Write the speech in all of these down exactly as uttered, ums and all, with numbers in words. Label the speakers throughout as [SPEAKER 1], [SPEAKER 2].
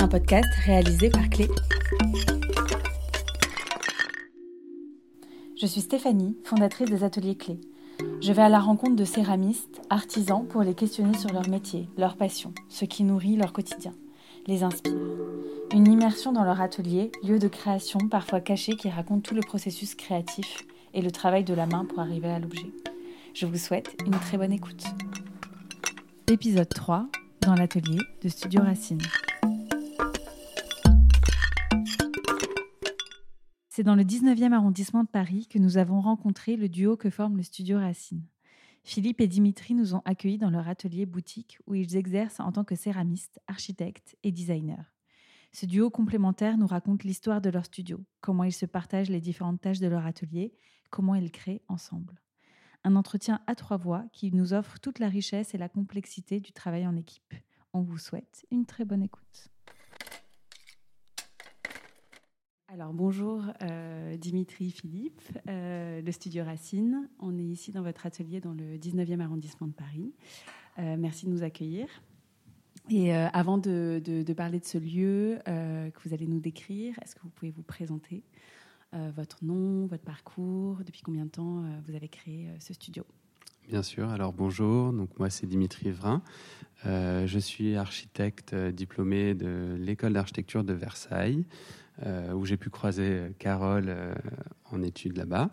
[SPEAKER 1] podcast réalisé par Clé. Je suis Stéphanie, fondatrice des ateliers Clé. Je vais à la rencontre de céramistes, artisans pour les questionner sur leur métier, leur passion, ce qui nourrit leur quotidien, les inspire. Une immersion dans leur atelier, lieu de création parfois caché qui raconte tout le processus créatif et le travail de la main pour arriver à l'objet. Je vous souhaite une très bonne écoute. Épisode trois, dans l'atelier de Studio Racine. C'est dans le dix-neuvième arrondissement de Paris que nous avons rencontré le duo que forme le Studio Racine. Philippe et Dimitri nous ont accueillis dans leur atelier boutique où ils exercent en tant que céramistes, architectes et designers. Ce duo complémentaire nous raconte l'histoire de leur studio, comment ils se partagent les différentes tâches de leur atelier, comment ils créent ensemble. Un entretien à trois voix qui nous offre toute la richesse et la complexité du travail en équipe. On vous souhaite une très bonne écoute. Alors bonjour euh, Dimitri, Philippe, euh, le Studio Racine. On est ici dans votre atelier dans le dix-neuvième arrondissement de Paris. Euh, merci de nous accueillir. Et euh, avant de, de, de parler de ce lieu euh, que vous allez nous décrire, est-ce que vous pouvez vous présenter euh, votre nom, votre parcours, depuis combien de temps euh, vous avez créé euh, ce studio ?
[SPEAKER 2] Bien sûr, alors bonjour, donc moi c'est Dimitri Vrin, euh, je suis architecte diplômé de l'école d'architecture de Versailles, euh, où j'ai pu croiser Carole euh, en études là-bas.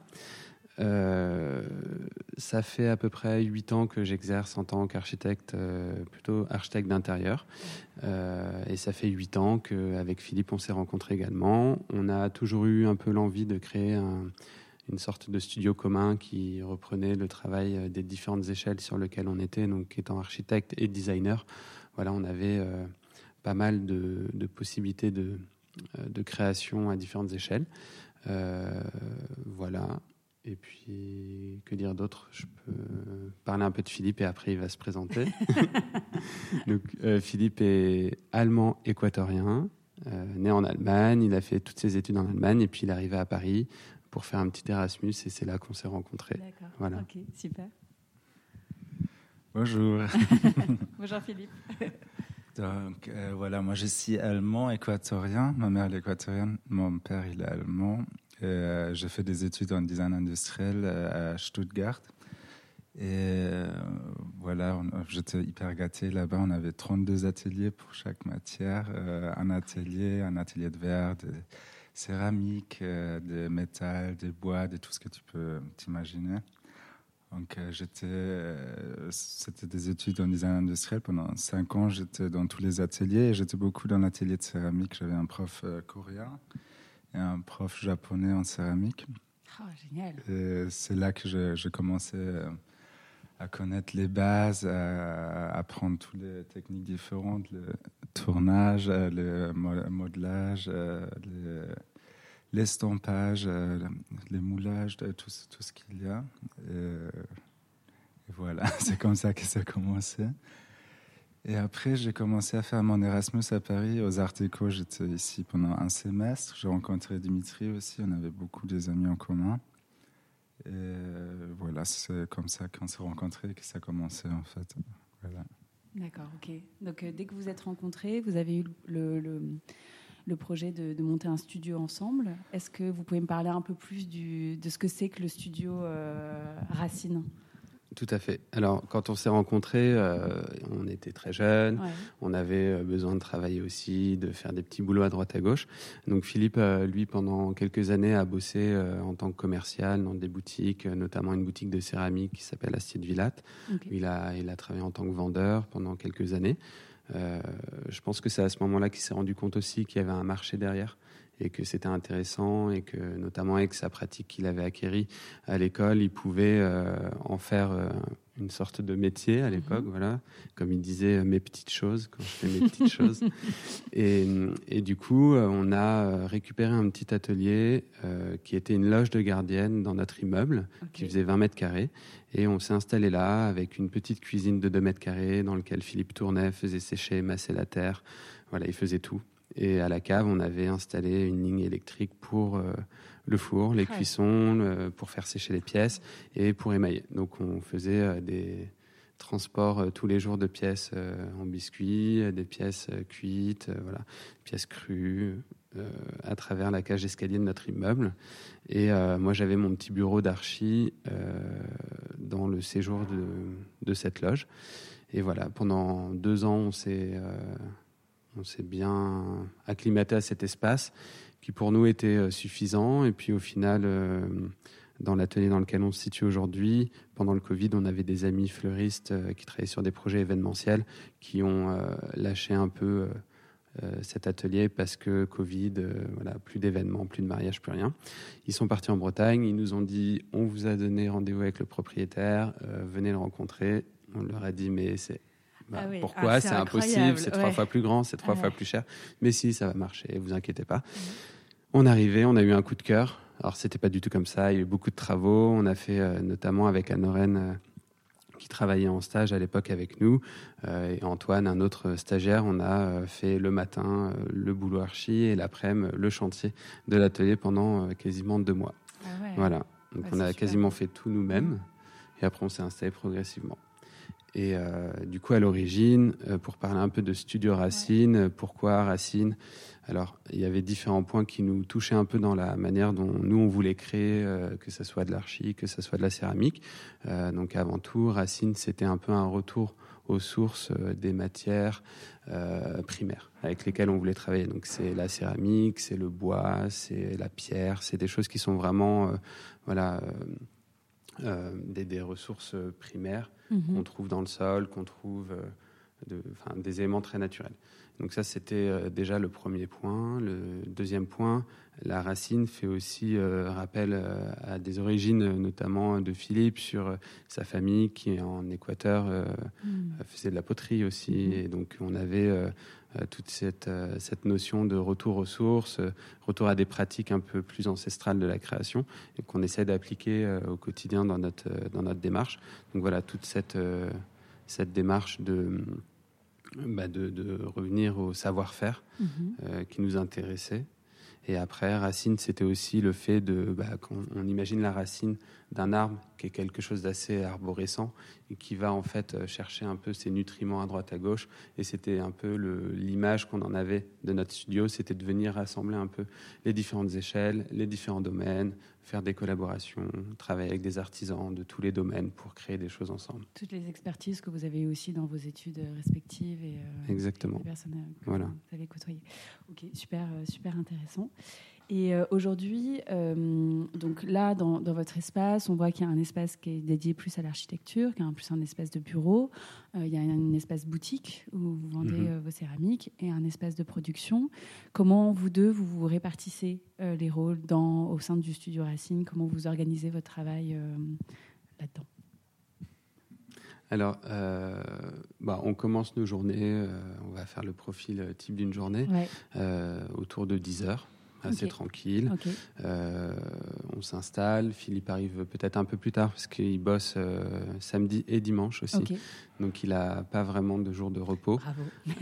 [SPEAKER 2] Euh, ça fait à peu près huit ans que j'exerce en tant qu'architecte, euh, plutôt architecte d'intérieur, euh, et ça fait huit ans qu'avec Philippe on s'est rencontrés également. On a toujours eu un peu l'envie de créer un une sorte de studio commun qui reprenait le travail des différentes échelles sur lesquelles on était, donc étant architecte et designer. Voilà, on avait euh, pas mal de, de possibilités de, de création à différentes échelles. Euh, voilà. Et puis, que dire d'autre ? Je peux parler un peu de Philippe et après il va se présenter. Donc, euh, Philippe est allemand équatorien, euh, né en Allemagne. Il a fait toutes ses études en Allemagne et puis il est arrivé à Paris pour faire un petit Erasmus, et c'est là qu'on s'est rencontrés.
[SPEAKER 1] D'accord,
[SPEAKER 2] voilà.
[SPEAKER 1] Ok, super.
[SPEAKER 3] Bonjour.
[SPEAKER 1] Bonjour Philippe.
[SPEAKER 3] Donc euh, voilà, moi je suis allemand équatorien, ma mère est équatorienne, mon père il est allemand. Et, euh, j'ai fait des études en design industriel euh, à Stuttgart. Et euh, voilà, on, j'étais hyper gâté là-bas, on avait trente-deux ateliers pour chaque matière, euh, un atelier, un atelier de verre, de céramique, euh, de métal, de bois, de tout ce que tu peux t'imaginer. Donc, euh, j'étais, euh, c'était des études en design industriel. Pendant cinq ans, j'étais dans tous les ateliers. Et j'étais beaucoup dans l'atelier de céramique. J'avais un prof euh, coréen et un prof japonais en céramique.
[SPEAKER 1] Oh, génial.
[SPEAKER 3] Et c'est là que je, je commençais euh, à connaître les bases, à apprendre toutes les techniques différentes, le tournage, le modelage, le, l'estampage, les moulages, tout, tout ce qu'il y a. Et, et voilà, c'est comme ça que ça a commencé. Et après, j'ai commencé à faire mon Erasmus à Paris, aux Art Déco. J'étais ici pendant un semestre. J'ai rencontré Dimitri aussi, on avait beaucoup des amis en commun. Et voilà, c'est comme ça qu'on s'est rencontrés et que ça a commencé en fait. Voilà.
[SPEAKER 1] D'accord, ok. Donc euh, dès que vous êtes rencontrés, vous avez eu le, le, le projet de, de monter un studio ensemble. Est-ce que vous pouvez me parler un peu plus du, de ce que c'est que le studio euh, Racine ?
[SPEAKER 2] Tout à fait. Alors, quand on s'est rencontrés, euh, on était très jeunes,
[SPEAKER 1] ouais.
[SPEAKER 2] On avait besoin de travailler aussi, de faire des petits boulots à droite à gauche. Donc Philippe, euh, lui, pendant quelques années, a bossé euh, en tant que commercial dans des boutiques, euh, notamment une boutique de céramique qui s'appelle Astier de Villatte. Okay. Il a, il a travaillé en tant que vendeur pendant quelques années. Euh, je pense que c'est à ce moment-là qu'il s'est rendu compte aussi qu'il y avait un marché derrière, et que c'était intéressant, et que notamment avec sa pratique qu'il avait acquérie à l'école, il pouvait euh, en faire euh, une sorte de métier à l'époque, mmh. voilà, comme il disait, mes petites choses, quand je fais mes petites choses. Et, et du coup, on a récupéré un petit atelier euh, qui était une loge de gardienne dans notre immeuble, okay. qui faisait vingt mètres carrés, et on s'est installé là avec une petite cuisine de deux mètres carrés dans laquelle Philippe tournait, faisait sécher, masser la terre, voilà, il faisait tout. Et à la cave, on avait installé une ligne électrique pour euh, le four, les ouais. cuissons, le, pour faire sécher les pièces et pour émailler. Donc, on faisait euh, des, transport euh, tous les jours de pièces euh, en biscuits, des pièces euh, cuites, euh, voilà, pièces crues, euh, à travers la cage d'escalier de notre immeuble. Et euh, moi, j'avais mon petit bureau d'archi euh, dans le séjour de, de cette loge. Et voilà, pendant deux ans, on s'est, euh, on s'est bien acclimaté à cet espace qui, pour nous, était euh, suffisant. Et puis, au final, euh, dans l'atelier dans lequel on se situe aujourd'hui, pendant le Covid, on avait des amis fleuristes euh, qui travaillaient sur des projets événementiels qui ont euh, lâché un peu euh, euh, cet atelier parce que Covid, euh, voilà, plus d'événements, plus de mariages, plus rien. Ils sont partis en Bretagne, ils nous ont dit « on vous a donné rendez-vous avec le propriétaire, euh, venez le rencontrer ». On leur a dit « mais c'est… Bah,
[SPEAKER 1] ah oui.
[SPEAKER 2] pourquoi
[SPEAKER 1] ah,
[SPEAKER 2] c'est,
[SPEAKER 1] c'est
[SPEAKER 2] impossible, c'est trois
[SPEAKER 1] ouais.
[SPEAKER 2] fois plus grand, c'est trois
[SPEAKER 1] ouais.
[SPEAKER 2] fois plus cher. Mais si, ça va marcher, vous inquiétez pas. Mmh. On est arrivé, on a eu un coup de cœur. Alors, c'était pas du tout comme ça. Il y a eu beaucoup de travaux. On a fait euh, notamment avec Anne-Lorraine, euh, qui travaillait en stage à l'époque avec nous, euh, et Antoine, un autre stagiaire. On a euh, fait le matin euh, le boulot archi et l'après-midi le chantier de l'atelier pendant euh, quasiment deux mois.
[SPEAKER 1] Ah ouais.
[SPEAKER 2] Voilà. Donc,
[SPEAKER 1] ouais,
[SPEAKER 2] on a
[SPEAKER 1] super.
[SPEAKER 2] quasiment fait tout nous-mêmes. Mmh. Et après, on s'est installé progressivement. Et euh, du coup, à l'origine, euh, pour parler un peu de Studio Racine, ouais. pourquoi Racine ? Alors, il y avait différents points qui nous touchaient un peu dans la manière dont nous, on voulait créer, euh, que ce soit de l'archi, que ce soit de la céramique. Euh, donc, avant tout, Racine, c'était un peu un retour aux sources euh, des matières euh, primaires avec lesquelles on voulait travailler. Donc, c'est la céramique, c'est le bois, c'est la pierre, c'est des choses qui sont vraiment, euh, voilà... Euh, Euh, des, des ressources primaires mmh. qu'on trouve dans le sol, qu'on trouve euh, de, enfin, des éléments très naturels. Donc ça, c'était euh, déjà le premier point. Le deuxième point, la racine fait aussi euh, rappel euh, à des origines, notamment de Philippe, sur euh, sa famille qui, en Équateur, euh, mmh. faisait de la poterie aussi. Mmh. Et donc, on avait... Euh, Euh, toute cette, euh, cette notion de retour aux sources, euh, retour à des pratiques un peu plus ancestrales de la création et qu'on essaie d'appliquer euh, au quotidien dans notre, euh, dans notre démarche. Donc voilà, toute cette, euh, cette démarche de, bah de, de revenir au savoir-faire mmh. euh, qui nous intéressait. Et après, racine, c'était aussi le fait de... Bah, quand on imagine la racine d'un arbre qui est quelque chose d'assez arborescent et qui va en fait chercher un peu ses nutriments à droite à gauche. Et c'était un peu le, l'image qu'on en avait de notre studio, c'était de venir rassembler un peu les différentes échelles, les différents domaines, faire des collaborations, travailler avec des artisans de tous les domaines pour créer des choses ensemble.
[SPEAKER 1] Toutes les expertises que vous avez aussi dans vos études respectives et euh,
[SPEAKER 2] exactement.
[SPEAKER 1] les personnes que
[SPEAKER 2] voilà.
[SPEAKER 1] vous avez côtoyées. Ok, super, euh, super intéressant. Et euh, aujourd'hui, euh, donc là, dans, dans votre espace, on voit qu'il y a un espace qui est dédié plus à l'architecture, qui est un, plus un espace de bureau. Euh, il y a un espace boutique où vous vendez mmh. euh, vos céramiques et un espace de production. Comment vous deux, vous vous répartissez euh, les rôles dans, au sein du Studio Racine ? Comment vous organisez votre travail euh, là-dedans ?
[SPEAKER 2] Alors, euh, bah, on commence nos journées, euh, on va faire le profil type d'une journée, ouais. euh, autour de dix heures. Assez okay. tranquille. Okay. Euh, on s'installe. Philippe arrive peut-être un peu plus tard parce qu'il bosse euh, samedi et dimanche aussi. Okay. Donc, il n'a pas vraiment de jour de repos.
[SPEAKER 1] Bravo.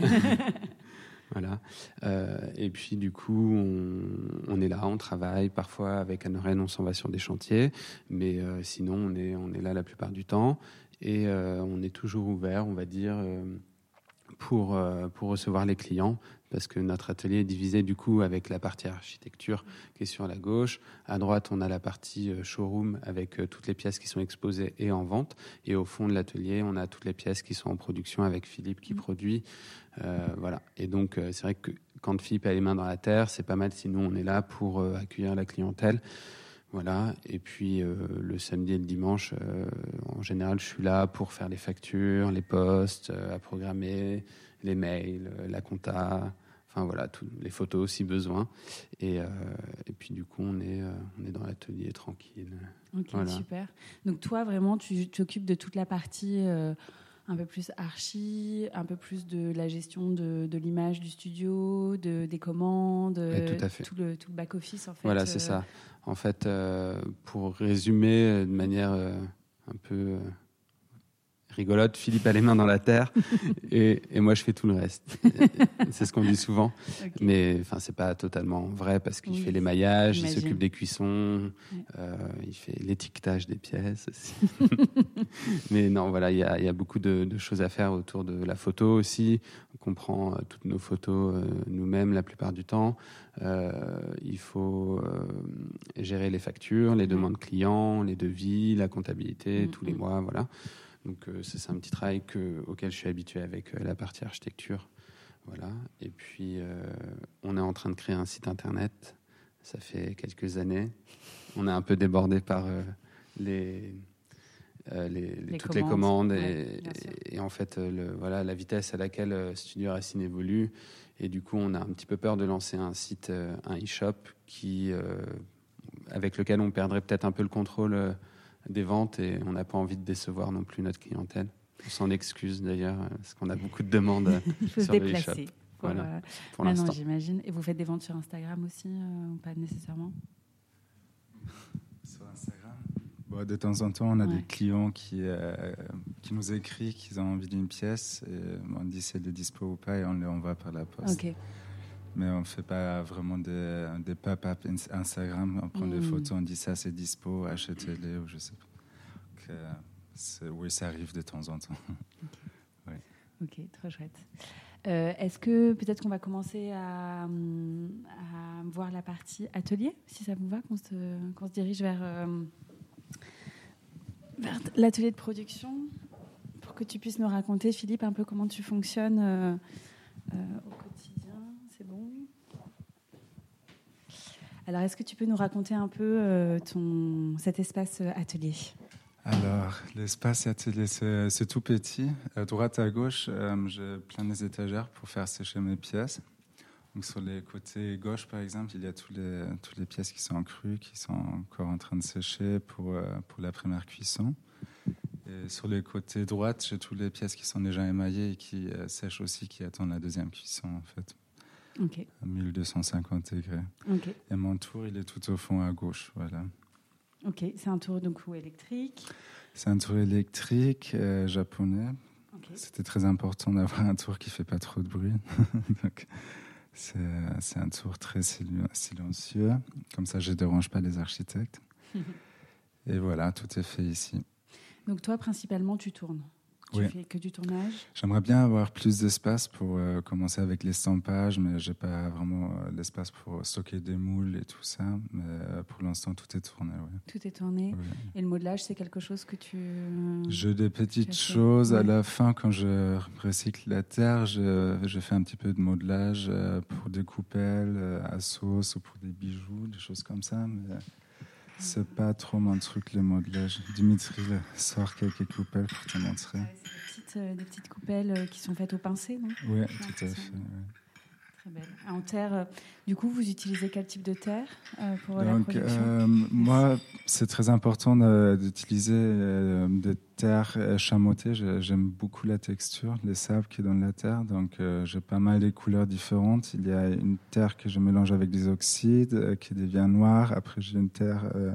[SPEAKER 2] Voilà. Euh, et puis, du coup, on, on est là, on travaille. Parfois, avec Anne-Lorraine, on s'en va sur des chantiers. Mais euh, sinon, on est, on est là la plupart du temps. Et euh, on est toujours ouvert, on va dire, euh, pour, euh, pour recevoir les clients. Parce que notre atelier est divisé du coup avec la partie architecture qui est sur la gauche. À droite, on a la partie showroom avec toutes les pièces qui sont exposées et en vente. Et au fond de l'atelier, on a toutes les pièces qui sont en production avec Philippe qui mmh. produit. Euh, voilà. Et donc, c'est vrai que quand Philippe a les mains dans la terre, c'est pas mal si nous, on est là pour euh, accueillir la clientèle. Voilà. Et puis, euh, le samedi et le dimanche, euh, en général, je suis là pour faire les factures, les postes, euh, à programmer, les mails, la compta, enfin voilà, tout, les photos si besoin. Et, euh, et puis du coup, on est, euh, on est dans l'atelier tranquille.
[SPEAKER 1] Ok,
[SPEAKER 2] voilà.
[SPEAKER 1] Super. Donc toi, vraiment, tu t'occupes de toute la partie euh, un peu plus archi, un peu plus de la gestion de, de l'image du studio, de, des commandes,
[SPEAKER 2] ouais, tout à fait.
[SPEAKER 1] Tout le, tout le back-office en fait.
[SPEAKER 2] Voilà, c'est euh... ça. En fait, euh, pour résumer de manière euh, un peu... Euh, rigolote. Philippe a les mains dans la terre et, et moi je fais tout le reste. C'est ce qu'on dit souvent, okay. Mais enfin c'est pas totalement vrai parce qu'il oui, fait l'émaillage, il s'occupe des cuissons, ouais. euh, il fait l'étiquetage des pièces aussi. Mais non, voilà, il y a, y a beaucoup de, de choses à faire autour de la photo aussi. Donc on prend euh, toutes nos photos euh, nous-mêmes la plupart du temps. Euh, il faut euh, gérer les factures, les demandes clients, les devis, la comptabilité, mmh, tous les mmh. mois, voilà. Donc euh, ça, c'est un petit travail que, auquel je suis habitué avec euh, la partie architecture, voilà. Et puis euh, on est en train de créer un site internet. Ça fait quelques années. On est un peu débordé par euh, les, euh, les, les, les toutes commandes. les commandes et, ouais, et, et en fait euh, le, voilà la vitesse à laquelle euh, Studio Racine évolue. Et du coup, on a un petit peu peur de lancer un site, euh, un e-shop qui, euh, avec lequel on perdrait peut-être un peu le contrôle euh, des ventes et on n'a pas envie de décevoir non plus notre clientèle. On s'en excuse d'ailleurs, parce qu'on a beaucoup de demandes
[SPEAKER 1] Il faut
[SPEAKER 2] sur
[SPEAKER 1] se
[SPEAKER 2] le
[SPEAKER 1] déplacer.
[SPEAKER 2] e-shop.
[SPEAKER 1] Pour,
[SPEAKER 2] voilà,
[SPEAKER 1] euh,
[SPEAKER 2] pour
[SPEAKER 1] ah
[SPEAKER 2] l'instant.
[SPEAKER 1] Non, j'imagine. Et vous faites des ventes sur Instagram aussi euh, ou pas nécessairement?
[SPEAKER 3] Sur Instagram bon, de temps en temps, on a ouais. des clients qui, euh, qui nous écrivent qu'ils ont envie d'une pièce. Et on dit si elle est dispo ou pas et on les envoie par la poste.
[SPEAKER 1] Okay.
[SPEAKER 3] Mais on ne fait pas vraiment des, des pop-up Instagram. On prend mmh. des photos, on dit ça c'est dispo, achetez-les ou je sais pas. Donc, euh, c'est, oui, ça arrive de temps en temps.
[SPEAKER 1] Ok, ouais. Ok, trop chouette. Euh, est-ce que peut-être qu'on va commencer à, à voir la partie atelier, si ça vous va, qu'on se, qu'on se dirige vers, euh, vers l'atelier de production, pour que tu puisses nous raconter, Philippe, un peu comment tu fonctionnes euh, euh, au quotidien. C'est bon. Alors, est-ce que tu peux nous raconter un peu euh, ton, cet espace atelier ?
[SPEAKER 3] Alors, l'espace atelier, c'est, c'est tout petit. À droite, à gauche, euh, j'ai plein des étagères pour faire sécher mes pièces. Donc, sur les côtés gauche, par exemple, il y a tous les, toutes les pièces qui sont en crue, qui sont encore en train de sécher pour, euh, pour la première cuisson. Et sur les côtés droite, j'ai toutes les pièces qui sont déjà émaillées et qui euh, sèchent aussi, qui attendent la deuxième cuisson, en fait.
[SPEAKER 1] Okay.
[SPEAKER 3] À mille deux cent cinquante degrés.
[SPEAKER 1] Okay.
[SPEAKER 3] Et mon tour, il est tout au fond à gauche, voilà.
[SPEAKER 1] Ok, c'est un tour donc électrique.
[SPEAKER 3] C'est un tour électrique euh, japonais. Okay. C'était très important d'avoir un tour qui fait pas trop de bruit. Donc, c'est, c'est un tour très silencieux. Comme ça, je ne dérange pas les architectes. Et voilà, tout est fait ici.
[SPEAKER 1] Donc toi, principalement, tu tournes. Tu
[SPEAKER 3] oui.
[SPEAKER 1] fais que du tournage?
[SPEAKER 3] J'aimerais bien avoir plus d'espace pour euh, commencer avec l'estampage, mais je n'ai pas vraiment euh, l'espace pour stocker des moules et tout ça. Mais euh, pour l'instant, tout est tourné. Ouais.
[SPEAKER 1] Tout est tourné.
[SPEAKER 3] Ouais.
[SPEAKER 1] Et le modelage, c'est quelque chose que tu...
[SPEAKER 3] J'ai des petites choses. Ouais. À la fin, quand je recycle la terre, je, je fais un petit peu de modelage euh, pour des coupelles euh, à sauce ou pour des bijoux, des choses comme ça. Mais... c'est pas trop mon truc, le modelage. Dimitri sort quelques coupelles pour te montrer.
[SPEAKER 1] Ouais, c'est des petites, euh, des petites coupelles euh, qui sont faites au pincé, non?
[SPEAKER 3] Oui, tout à fait. Ouais.
[SPEAKER 1] Très belle. En terre, euh, du coup, vous utilisez quel type de terre euh, pour
[SPEAKER 3] Donc,
[SPEAKER 1] la production?
[SPEAKER 3] euh, moi, c'est très important de, d'utiliser euh, des terres chamottées. J'aime beaucoup la texture, les sables qui donnent la terre. Donc, euh, j'ai pas mal de couleurs différentes. Il y a une terre que je mélange avec des oxydes euh, qui devient noire. Après, j'ai une terre euh,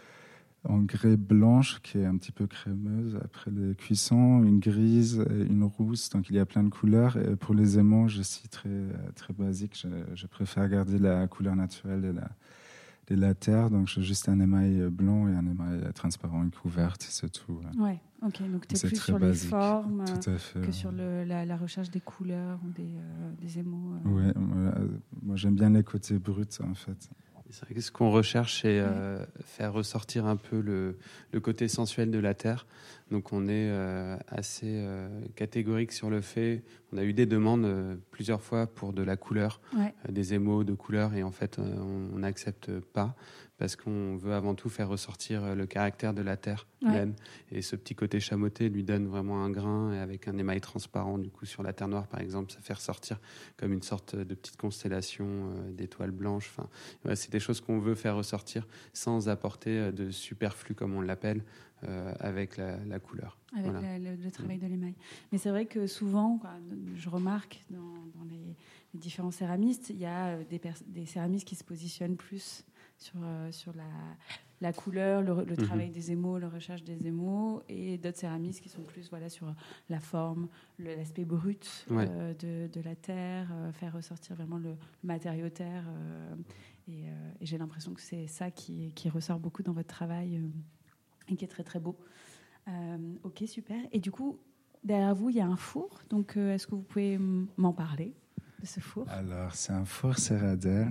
[SPEAKER 3] en grès blanche qui est un petit peu crémeuse. Après les cuissons, une grise, une rousse. Donc, il y a plein de couleurs. Et pour les aimants, je suis très, très basique. Je, je préfère garder la couleur naturelle de la, de la terre. Donc, j'ai juste un émail blanc et un émail transparent, une couverte, c'est tout.
[SPEAKER 1] Ouais, ok. Donc, tu es plus sur
[SPEAKER 3] basique.
[SPEAKER 1] Les formes
[SPEAKER 3] tout à fait,
[SPEAKER 1] que
[SPEAKER 3] ouais.
[SPEAKER 1] sur le, la, la recherche des couleurs ou des, euh, des émaux. Euh...
[SPEAKER 3] Oui, moi, moi, j'aime bien les côtés bruts, en fait.
[SPEAKER 2] C'est vrai que ce qu'on recherche, c'est euh, faire ressortir un peu le, le côté sensuel de la terre. Donc on est euh, assez euh, catégorique sur le fait. On a eu des demandes euh, plusieurs fois pour de la couleur,
[SPEAKER 1] ouais.
[SPEAKER 2] euh, des émaux de couleur, et en fait euh, on n'accepte pas parce qu'on veut avant tout faire ressortir le caractère de la terre
[SPEAKER 1] ouais.
[SPEAKER 2] même. Et ce petit côté chamoté lui donne vraiment un grain, et avec un émail transparent du coup sur la terre noire par exemple, ça fait ressortir comme une sorte de petite constellation euh, d'étoiles blanches. Enfin, ouais, c'est des choses qu'on veut faire ressortir sans apporter de superflu comme on l'appelle. Euh, avec la, la couleur.
[SPEAKER 1] Avec
[SPEAKER 2] voilà.
[SPEAKER 1] la, le, le travail de l'émail. Mais c'est vrai que souvent, quoi, je remarque dans, dans les, les différents céramistes, il y a des, pers- des céramistes qui se positionnent plus sur, euh, sur la, la couleur, le, le travail
[SPEAKER 2] mmh.
[SPEAKER 1] des émaux, la recherche des émaux, et d'autres céramistes qui sont plus voilà, sur la forme, le, l'aspect brut
[SPEAKER 2] ouais.
[SPEAKER 1] euh, de, de la terre, euh, faire ressortir vraiment le, le matériau terre. Euh, et, euh, et j'ai l'impression que c'est ça qui, qui ressort beaucoup dans votre travail euh, et qui est très très beau. Euh, ok, super. Et du coup, derrière vous, il y a un four. Donc, euh, est-ce que vous pouvez m'en parler de ce four?
[SPEAKER 3] Alors, c'est un four Serradel.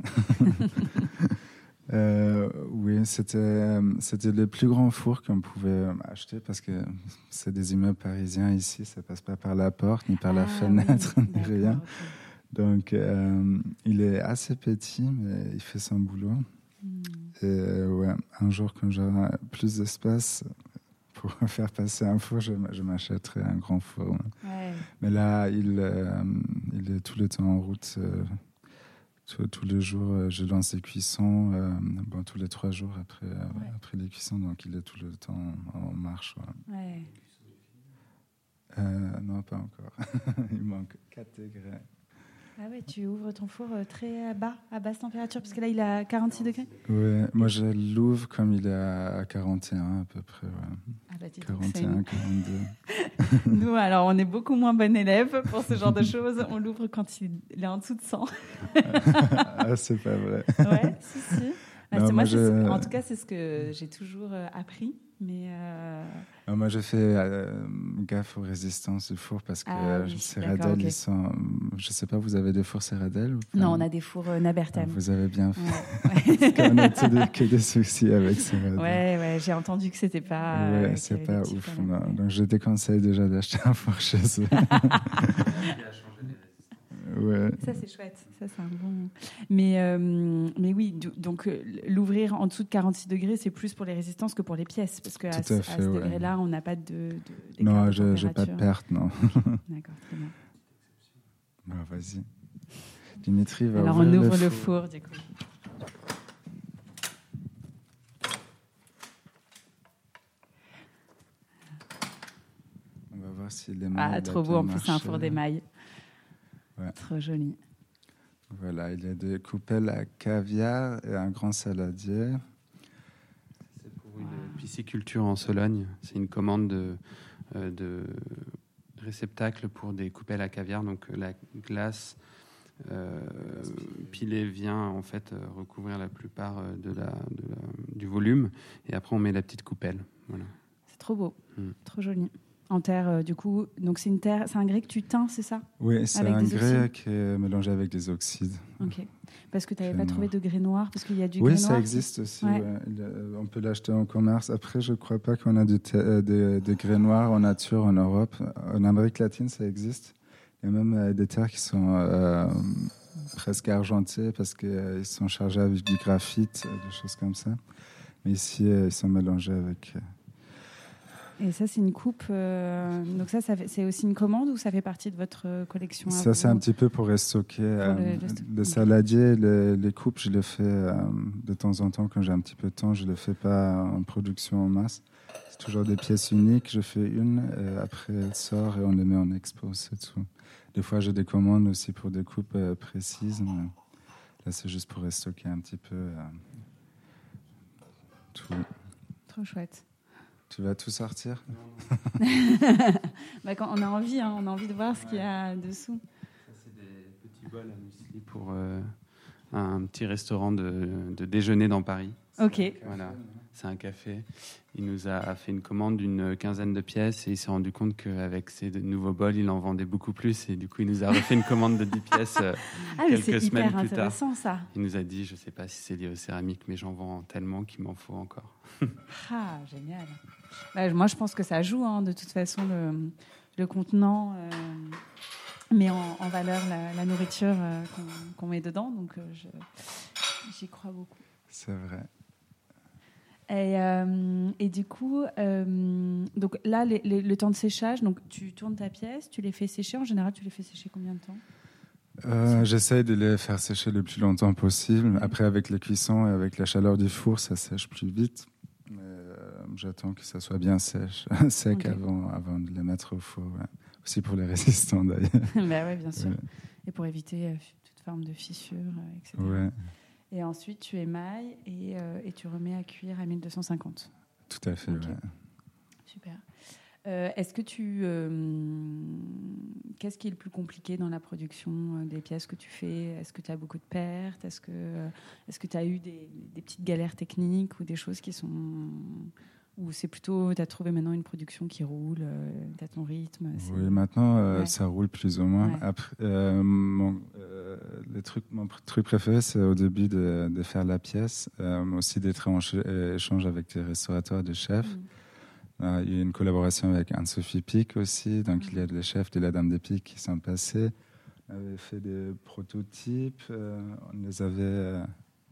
[SPEAKER 3] Euh, oui, c'était, c'était le plus grand four qu'on pouvait acheter parce que c'est des immeubles parisiens ici, ça passe pas par la porte, ni par
[SPEAKER 1] Ah,
[SPEAKER 3] la fenêtre,
[SPEAKER 1] oui,
[SPEAKER 3] ni rien.
[SPEAKER 1] okay.
[SPEAKER 3] Donc, euh, il est assez petit, mais il fait son boulot. Mm. Et ouais, un jour, quand j'aurai plus d'espace pour faire passer un four, je, je m'achèterai un grand four.
[SPEAKER 1] Ouais.
[SPEAKER 3] Mais là, il, euh, il est tout le temps en route. Euh, Tous, tous les jours, je lance des cuissons, euh, bon, tous les trois jours après, ouais. après les cuissons, donc il est tout le temps en marche. Ouais.
[SPEAKER 1] Ouais.
[SPEAKER 3] Euh, non, pas encore. Il manque quatre degrés.
[SPEAKER 1] Ah ouais, tu ouvres ton four très bas, à basse température, parce que là, il est à quarante-six degrés.
[SPEAKER 3] Oui, moi je l'ouvre comme il est à quarante et un à peu près. Ouais.
[SPEAKER 1] Ah bah,
[SPEAKER 3] quarante et un, quarante-deux.
[SPEAKER 1] Nous, alors, on est beaucoup moins bon élève pour ce genre de choses. On l'ouvre quand il est en dessous de cent.
[SPEAKER 3] Ah, c'est pas vrai.
[SPEAKER 1] Ouais, si, si. Ah,
[SPEAKER 3] non,
[SPEAKER 1] c'est, moi,
[SPEAKER 3] moi,
[SPEAKER 1] c'est
[SPEAKER 3] je...
[SPEAKER 1] ce, en tout cas, c'est ce que j'ai toujours euh, appris. Mais euh...
[SPEAKER 3] non, moi, j'ai fait euh, gaffe aux résistances du four parce que ah, oui, Serradel, okay. ils sont. Je sais pas, vous avez des fours Serradel ou pas?
[SPEAKER 1] Non, on a des fours euh, Nabertem.
[SPEAKER 3] Ah, vous avez bien fait. Ouais. Parce qu'on a tous des, que des soucis avec Serradel.
[SPEAKER 1] Ouais, ouais, j'ai entendu que c'était pas.
[SPEAKER 3] Ouais,
[SPEAKER 1] euh,
[SPEAKER 3] c'est pas ouf. Non. Ouais. Donc, je déconseille déjà d'acheter un four chez eux. Ouais.
[SPEAKER 1] Ça, c'est chouette. Ça, c'est un bon. Mais, euh, mais oui, donc euh, l'ouvrir en dessous de quarante-six degrés, c'est plus pour les résistances que pour les pièces. Parce qu'à à, à ce ouais. degré-là, on n'a pas de. de
[SPEAKER 3] non, je n'ai pas de perte, non.
[SPEAKER 1] D'accord, très bien.
[SPEAKER 3] Bon, vas-y. Dimitri va
[SPEAKER 1] Alors,
[SPEAKER 3] ouvrir
[SPEAKER 1] on ouvre
[SPEAKER 3] le
[SPEAKER 1] le
[SPEAKER 3] four,
[SPEAKER 1] four du coup.
[SPEAKER 3] On va voir si l'émail.
[SPEAKER 1] Ah, trop beau. En plus, c'est un four d'émail.
[SPEAKER 3] Ouais.
[SPEAKER 1] Trop joli.
[SPEAKER 3] Voilà, il y a des coupelles à caviar et un grand saladier.
[SPEAKER 2] C'est pour une wow. pisciculture en Sologne. C'est une commande de, euh, de réceptacle pour des coupelles à caviar. Donc la glace euh, pilée vient en fait recouvrir la plupart de la, de la, du volume. Et après, on met la petite coupelle. Voilà.
[SPEAKER 1] C'est trop beau, hmm. trop joli. En terre, euh, du coup, donc c'est une terre, c'est un grès que tu teins, c'est ça?
[SPEAKER 3] Oui, c'est
[SPEAKER 1] avec
[SPEAKER 3] un grès qui est mélangé avec des oxydes.
[SPEAKER 1] Ok. Parce que tu n'avais pas trouvé de grès noir, parce qu'il y a du
[SPEAKER 3] oui,
[SPEAKER 1] grès noir.
[SPEAKER 3] Oui, ça existe aussi.
[SPEAKER 1] Ouais.
[SPEAKER 3] Ouais. On peut l'acheter en commerce. Après, je ne crois pas qu'on a de, te- de, de grès noir en nature en Europe. En Amérique latine, ça existe. Il y a même euh, des terres qui sont euh, presque argentées parce qu'ils euh, sont chargés avec du graphite, euh, des choses comme ça. Mais ici, euh, ils sont mélangés avec. Euh,
[SPEAKER 1] Et ça, c'est une coupe. Euh, donc ça, ça fait, c'est aussi une commande ou ça fait partie de votre collection?
[SPEAKER 3] Ça, c'est un petit peu pour stocker. Pour euh, le, le, sto- le saladier, les, les coupes, je les fais euh, de temps en temps quand j'ai un petit peu de temps. Je ne les fais pas en production en masse. C'est toujours des pièces uniques. Je fais une, et après elle sort et on les met en expo, c'est tout. Des fois, j'ai des commandes aussi pour des coupes euh, précises. Mais là, c'est juste pour stocker un petit peu euh, tout.
[SPEAKER 1] Trop chouette.
[SPEAKER 3] Tu vas tout sortir?
[SPEAKER 1] Bah quand on a envie, hein, on a envie de voir ce qu'il y a dessous.
[SPEAKER 2] Ça, c'est des petits bols à muesli pour euh, un petit restaurant de, de déjeuner dans Paris.
[SPEAKER 1] Ok.
[SPEAKER 2] Voilà, c'est un café. Il nous a fait une commande d'une quinzaine de pièces et il s'est rendu compte qu'avec ces nouveaux bols, il en vendait beaucoup plus. Et du coup, il nous a refait une commande de dix pièces euh,
[SPEAKER 1] ah,
[SPEAKER 2] quelques semaines plus tard.
[SPEAKER 1] Ça.
[SPEAKER 2] Il nous a dit, je ne sais pas si c'est lié aux céramiques, mais j'en vends tellement qu'il m'en faut encore.
[SPEAKER 1] Ah, génial. Bah, moi, je pense que ça joue, hein, de toute façon, le, le contenant euh, met en, en valeur la, la nourriture euh, qu'on, qu'on met dedans. Donc, euh, je, j'y crois beaucoup.
[SPEAKER 3] C'est vrai.
[SPEAKER 1] Et, euh, et du coup, euh, donc là, les, les, le temps de séchage, donc tu tournes ta pièce, tu les fais sécher. En général, tu les fais sécher combien de temps?
[SPEAKER 3] euh, J'essaie de les faire sécher le plus longtemps possible. Après, avec les cuissons et avec la chaleur du four, ça sèche plus vite. Mais euh, j'attends que ça soit bien sèche, sec okay. avant, avant de les mettre au four. Ouais. Aussi pour les résistants, d'ailleurs.
[SPEAKER 1] bah oui, bien sûr. Ouais. Et pour éviter euh, toute forme de fissure, euh, et cetera.
[SPEAKER 3] Ouais.
[SPEAKER 1] Et ensuite, tu émailles et, euh, et tu remets à cuire à mille deux cent cinquante.
[SPEAKER 3] Tout à fait,
[SPEAKER 1] Ok.
[SPEAKER 3] ouais.
[SPEAKER 1] Super. Euh, est-ce que tu... euh, qu'est-ce qui est le plus compliqué dans la production des pièces que tu fais? Est-ce que tu as beaucoup de pertes? Est-ce que est-ce que tu as eu des, des petites galères techniques ou des choses qui sont... Ou c'est plutôt, tu as trouvé maintenant une production qui roule, euh, tu as ton rythme? C'est...
[SPEAKER 3] Oui, maintenant, euh,
[SPEAKER 1] Ouais.
[SPEAKER 3] ça roule plus ou moins.
[SPEAKER 1] Ouais.
[SPEAKER 3] Après, euh, mon, euh, le truc, mon pr- truc préféré, c'est au début de, de faire la pièce, euh, mais aussi d'être en ch- échange avec des restaurateurs, des chefs.
[SPEAKER 1] Mm.
[SPEAKER 3] Euh, il y a eu une collaboration avec Anne-Sophie Pic aussi, donc
[SPEAKER 1] Mm.
[SPEAKER 3] il y a des chefs de la Dame des Pics qui sont passés. On avait fait des prototypes, euh, on les avait... euh,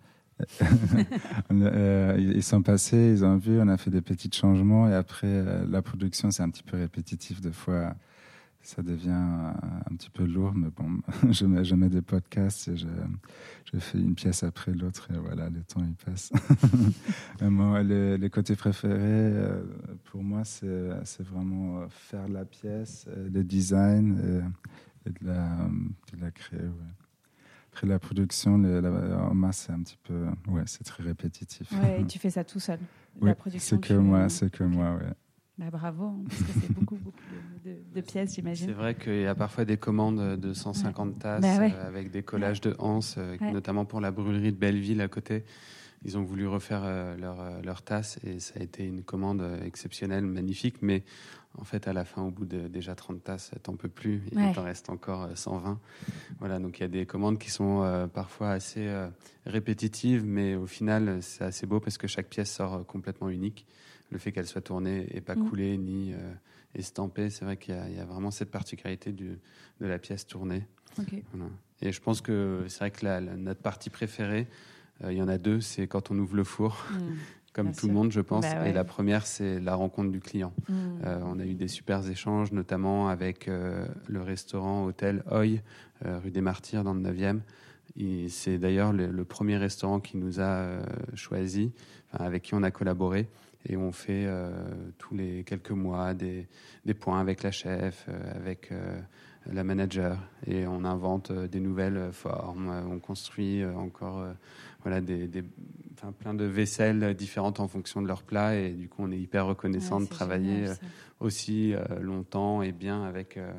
[SPEAKER 3] on, euh, ils sont passés, ils ont vu, on a fait des petits changements et après euh, la production c'est un petit peu répétitif des fois, ça devient euh, un petit peu lourd, mais bon, je mets, je mets des podcasts et je, je fais une pièce après l'autre et voilà, le temps il passe. Mais moi, les, les côtés préférés euh, pour moi c'est, c'est vraiment faire la pièce, euh, le design et, et de, la, de la créer. Ouais. Après la production, le, la, en masse, c'est un petit peu, ouais, c'est très répétitif.
[SPEAKER 1] Ouais, et tu fais ça tout seul.
[SPEAKER 3] Oui,
[SPEAKER 1] La production,
[SPEAKER 3] c'est que
[SPEAKER 1] tu-
[SPEAKER 3] moi, c'est que
[SPEAKER 1] Ok.
[SPEAKER 3] moi, ouais.
[SPEAKER 1] Bah, bravo, hein, parce que c'est beaucoup, beaucoup de, de- de pièces, j'imagine.
[SPEAKER 2] C'est vrai qu'il y a parfois des commandes de cent cinquante tasses
[SPEAKER 1] Bah ouais.
[SPEAKER 2] euh, avec des collages de anses, euh,
[SPEAKER 1] Ouais.
[SPEAKER 2] notamment pour la brûlerie de Belleville à côté. Ils ont voulu refaire euh, leur, euh, leur tasse et ça a été une commande euh, exceptionnelle, magnifique. Mais en fait, à la fin, au bout de déjà trente tasses, t'en peux plus. Il
[SPEAKER 1] Ouais.
[SPEAKER 2] t'en reste encore euh, cent vingt. Voilà, donc il y a des commandes qui sont euh, parfois assez euh, répétitives, mais au final, c'est assez beau parce que chaque pièce sort euh, complètement unique. Le fait qu'elle soit tournée et pas
[SPEAKER 1] Mm.
[SPEAKER 2] coulée ni euh, estampée, c'est vrai qu'il y a, il y a vraiment cette particularité du, de la pièce tournée.
[SPEAKER 1] Ok.
[SPEAKER 2] Voilà. Et je pense que c'est vrai que la, la- notre partie préférée, euh, il y en a deux, c'est quand on ouvre le four,
[SPEAKER 1] Mm.
[SPEAKER 2] comme
[SPEAKER 1] Bien
[SPEAKER 2] tout
[SPEAKER 1] sûr.
[SPEAKER 2] le monde, je pense.
[SPEAKER 1] Bah ouais.
[SPEAKER 2] Et la première, c'est la rencontre du client.
[SPEAKER 1] Mm.
[SPEAKER 2] Euh, on a eu des super échanges, notamment avec euh, le restaurant hôtel Hoy, euh, rue des Martyrs, dans le neuvième. Et c'est d'ailleurs le, le premier restaurant qui nous a euh, choisi, enfin, avec qui on a collaboré. Et on fait euh, tous les quelques mois des, des points avec la chef, euh, avec euh, la manager. Et on invente euh, des nouvelles formes. Euh, on construit euh, encore euh, voilà, des, des, enfin, plein de vaisselles différentes en fonction de leur plat. Et du coup, on est hyper reconnaissant
[SPEAKER 1] Ouais,
[SPEAKER 2] de
[SPEAKER 1] c'est
[SPEAKER 2] travailler
[SPEAKER 1] génial,
[SPEAKER 2] euh,
[SPEAKER 1] ça.
[SPEAKER 2] aussi euh, longtemps et bien avec, euh,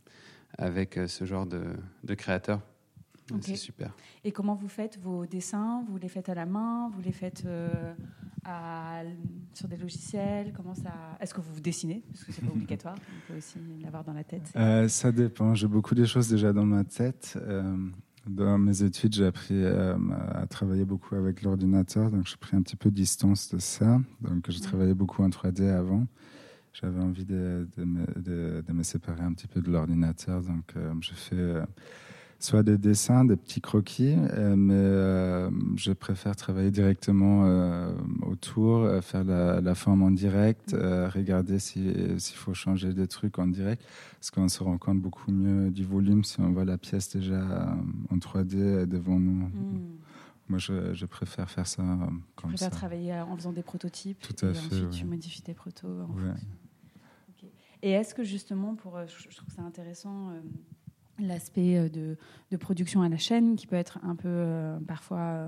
[SPEAKER 2] avec euh, ce genre de, de créateurs. Ouais,
[SPEAKER 1] Ok.
[SPEAKER 2] c'est super.
[SPEAKER 1] Et comment vous faites vos dessins? Vous les faites à la main? Vous les faites euh, à, sur des logiciels? Comment ça... Est-ce que vous vous dessinez? Parce que c'est pas obligatoire. On peut aussi l'avoir dans la tête.
[SPEAKER 3] Euh, ça dépend. J'ai beaucoup de choses déjà dans ma tête. Euh, dans mes études, j'ai appris euh, à travailler beaucoup avec l'ordinateur, donc j'ai pris un petit peu de distance de ça. Donc j'ai
[SPEAKER 1] Ouais.
[SPEAKER 3] travaillé beaucoup en trois D avant. J'avais envie de, de, me, de, de me séparer un petit peu de l'ordinateur, donc euh, je fais euh, soit des dessins, des petits croquis, euh, mais euh, je préfère travailler directement euh, autour, euh, faire la, la forme en direct, euh, regarder si, s'il faut changer des trucs en direct, parce qu'on se rend compte beaucoup mieux du volume si on voit la pièce déjà euh, en trois D devant nous.
[SPEAKER 1] Mm.
[SPEAKER 3] Moi, je, je préfère faire ça euh,
[SPEAKER 1] Tu
[SPEAKER 3] comme
[SPEAKER 1] préfères
[SPEAKER 3] ça.
[SPEAKER 1] travailler en faisant des prototypes
[SPEAKER 3] Tout à
[SPEAKER 1] et
[SPEAKER 3] fait,
[SPEAKER 1] ensuite
[SPEAKER 3] ouais.
[SPEAKER 1] tu modifies tes protos en
[SPEAKER 3] Ouais.
[SPEAKER 1] fonction. Ok. Et est-ce que justement, pour, euh, je je trouve que c'est intéressant euh, l'aspect euh, de, de production à la chaîne qui peut être un peu euh, parfois euh,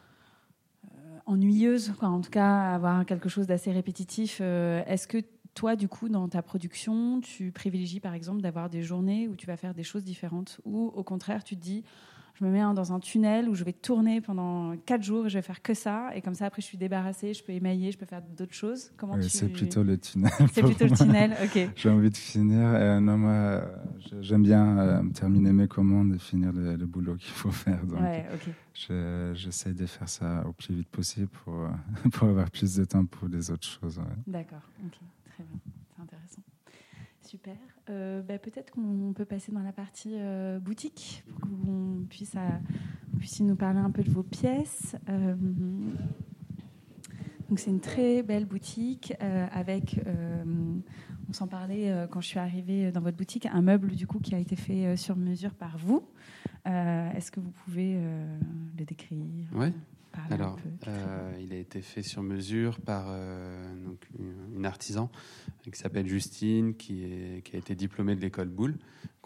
[SPEAKER 1] euh, ennuyeuse, quoi. En tout cas avoir quelque chose d'assez répétitif. Euh, est-ce que toi, du coup, dans ta production, tu privilégies par exemple d'avoir des journées où tu vas faire des choses différentes ou au contraire tu te dis je me mets hein, dans un tunnel où je vais tourner pendant quatre jours et je vais faire que ça. Et comme ça, après, je suis débarrassée, je peux émailler, je peux faire d'autres choses. Comment
[SPEAKER 3] Oui,
[SPEAKER 1] tu...
[SPEAKER 3] c'est plutôt le tunnel.
[SPEAKER 1] C'est
[SPEAKER 3] pour
[SPEAKER 1] plutôt le
[SPEAKER 3] moi.
[SPEAKER 1] tunnel, ok.
[SPEAKER 3] J'ai envie de finir. Euh, non, moi, euh, je- j'aime bien euh, terminer mes commandes et finir le, le boulot qu'il faut faire. Donc,
[SPEAKER 1] Ouais, ok.
[SPEAKER 3] je- j'essaie de faire ça au plus vite possible pour, euh, pour avoir plus de temps pour les autres choses. Ouais.
[SPEAKER 1] D'accord, ok. Très bien. C'est intéressant. Super. Euh, bah, peut-être qu'on peut passer dans la partie euh, boutique pour que vous puisse, à, vous puissiez nous parler un peu de vos pièces. Euh, donc c'est une très belle boutique euh, avec, euh, on s'en parlait euh, quand je suis arrivée dans votre boutique, un meuble du coup qui a été fait euh, sur mesure par vous. Euh, est-ce que vous pouvez euh, le décrire?
[SPEAKER 2] Ouais.
[SPEAKER 1] Parler
[SPEAKER 2] Alors,
[SPEAKER 1] un peu.
[SPEAKER 2] euh, il a été fait sur mesure par euh, donc, une, une artisan qui s'appelle Justine, qui, est, qui a été diplômée de l'école Boulle,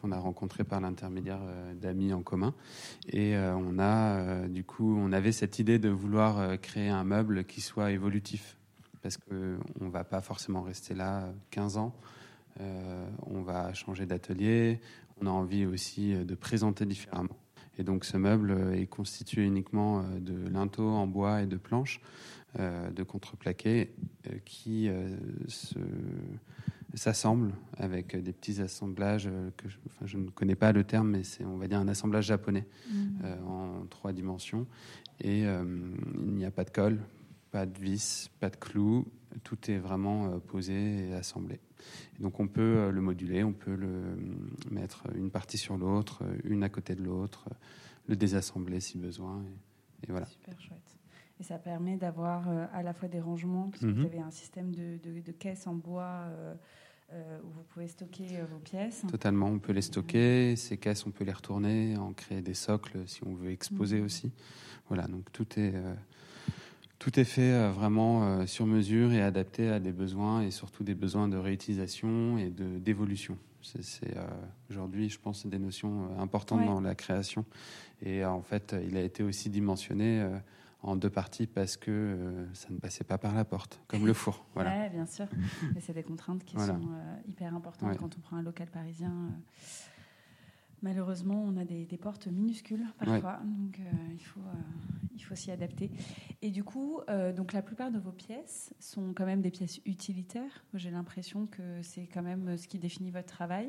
[SPEAKER 2] qu'on a rencontré par l'intermédiaire euh, d'amis en commun. Et euh, on a, euh, du coup, on avait cette idée de vouloir euh, créer un meuble qui soit évolutif, parce qu'on ne va pas forcément rester là quinze ans. Euh, on va changer d'atelier. On a envie aussi de présenter différemment. Et donc, ce meuble est constitué uniquement de linteaux en bois et de planches, euh, de contreplaqué, euh, qui euh, se s'assemble avec des petits assemblages que je, enfin, je ne connais pas le terme, mais c'est, on va dire, un assemblage japonais mmh. euh, en trois dimensions. Et euh, il n'y a pas de colle, pas de vis, pas de clous. Tout est vraiment euh, posé et assemblé. Et donc on peut euh, le moduler, on peut le mettre une partie sur l'autre, une à côté de l'autre, le désassembler si besoin. Et, et voilà.
[SPEAKER 1] Super chouette. Et ça permet d'avoir euh, à la fois des rangements, parce que mmh. vous avez un système de, de, de caisses en bois euh, euh, où vous pouvez stocker euh, vos pièces.
[SPEAKER 2] Totalement, on peut les stocker. Mmh. Ces caisses, on peut les retourner, en créer des socles si on veut exposer mmh. aussi. Voilà, donc tout est, euh, tout est fait euh, vraiment euh, sur mesure et adapté à des besoins, et surtout des besoins de réutilisation et de, d'évolution. C'est, c'est, euh, aujourd'hui, je pense, des notions euh, importantes ouais. dans la création. Et euh, en fait, il a été aussi dimensionné euh, en deux parties parce que euh, ça ne passait pas par la porte, comme le four. Voilà.
[SPEAKER 1] Oui, bien sûr. Et c'est des contraintes qui voilà. sont euh, hyper importantes ouais. quand on prend un local parisien. Euh, malheureusement, on a des, des portes minuscules parfois, ouais. donc euh, il, faut, euh, il faut s'y adapter. Et du coup, euh, donc, la plupart de vos pièces sont quand même des pièces utilitaires. J'ai l'impression que c'est quand même ce qui définit votre travail.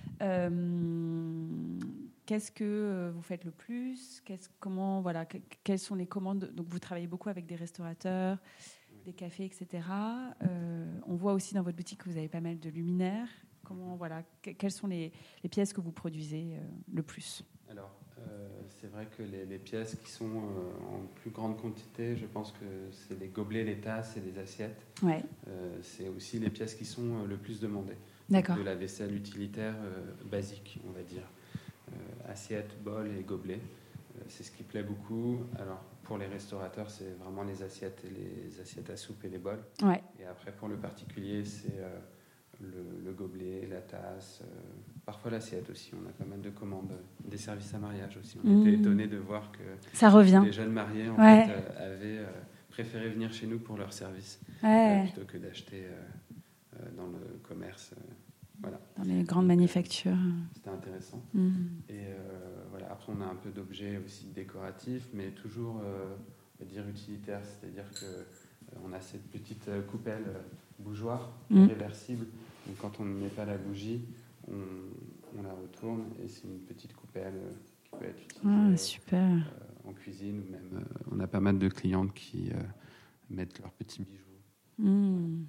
[SPEAKER 1] Euh, qu'est-ce que vous faites le plus ? Qu'est-ce, comment, voilà, que, quelles sont les commandes ? Donc, vous travaillez beaucoup avec des restaurateurs, des cafés, et cetera. Euh, on voit aussi dans votre boutique que vous avez pas mal de luminaires. Comment, voilà, que, quelles sont les, les pièces que vous produisez euh, le plus ?
[SPEAKER 2] Alors, euh, c'est vrai que les, les pièces qui sont euh, en plus grande quantité, je pense que c'est les gobelets, les tasses et les assiettes.
[SPEAKER 1] Ouais.
[SPEAKER 2] Euh, c'est aussi les pièces qui sont euh, le plus demandées.
[SPEAKER 1] D'accord.
[SPEAKER 2] De la vaisselle utilitaire euh, basique, on va dire. Euh, assiettes, bols et gobelets. Euh, c'est ce qui plaît beaucoup. Alors, pour les restaurateurs, c'est vraiment les assiettes et les assiettes à soupe et les bols.
[SPEAKER 1] Ouais.
[SPEAKER 2] Et après, pour le particulier, c'est euh, le, le gobelet, la tasse, euh, parfois l'assiette aussi. On a pas mal de commandes, des services à mariage aussi. On mmh. était étonnés de voir que
[SPEAKER 1] ça revient.
[SPEAKER 2] Les jeunes mariés en
[SPEAKER 1] ouais.
[SPEAKER 2] fait, euh, avaient euh, préféré venir chez nous pour leur service
[SPEAKER 1] ouais.
[SPEAKER 2] euh, plutôt que d'acheter euh, euh, dans le commerce. Euh, voilà.
[SPEAKER 1] Dans les grandes Donc, manufactures.
[SPEAKER 2] C'était intéressant.
[SPEAKER 1] Mmh.
[SPEAKER 2] Et euh, voilà. Après, on a un peu d'objets aussi décoratifs, mais toujours, euh, on va dire, utilitaires. C'est-à-dire qu'on euh, a cette petite euh, coupelle euh, bougeoir mmh. réversible. Donc, quand on ne met pas la bougie, on, on la retourne et c'est une petite coupelle euh, qui peut être utilisée
[SPEAKER 1] ah, super.
[SPEAKER 2] Euh, en cuisine ou même. Euh, on a pas mal de clientes qui euh, mettent leurs petits bijoux.
[SPEAKER 1] Mmh.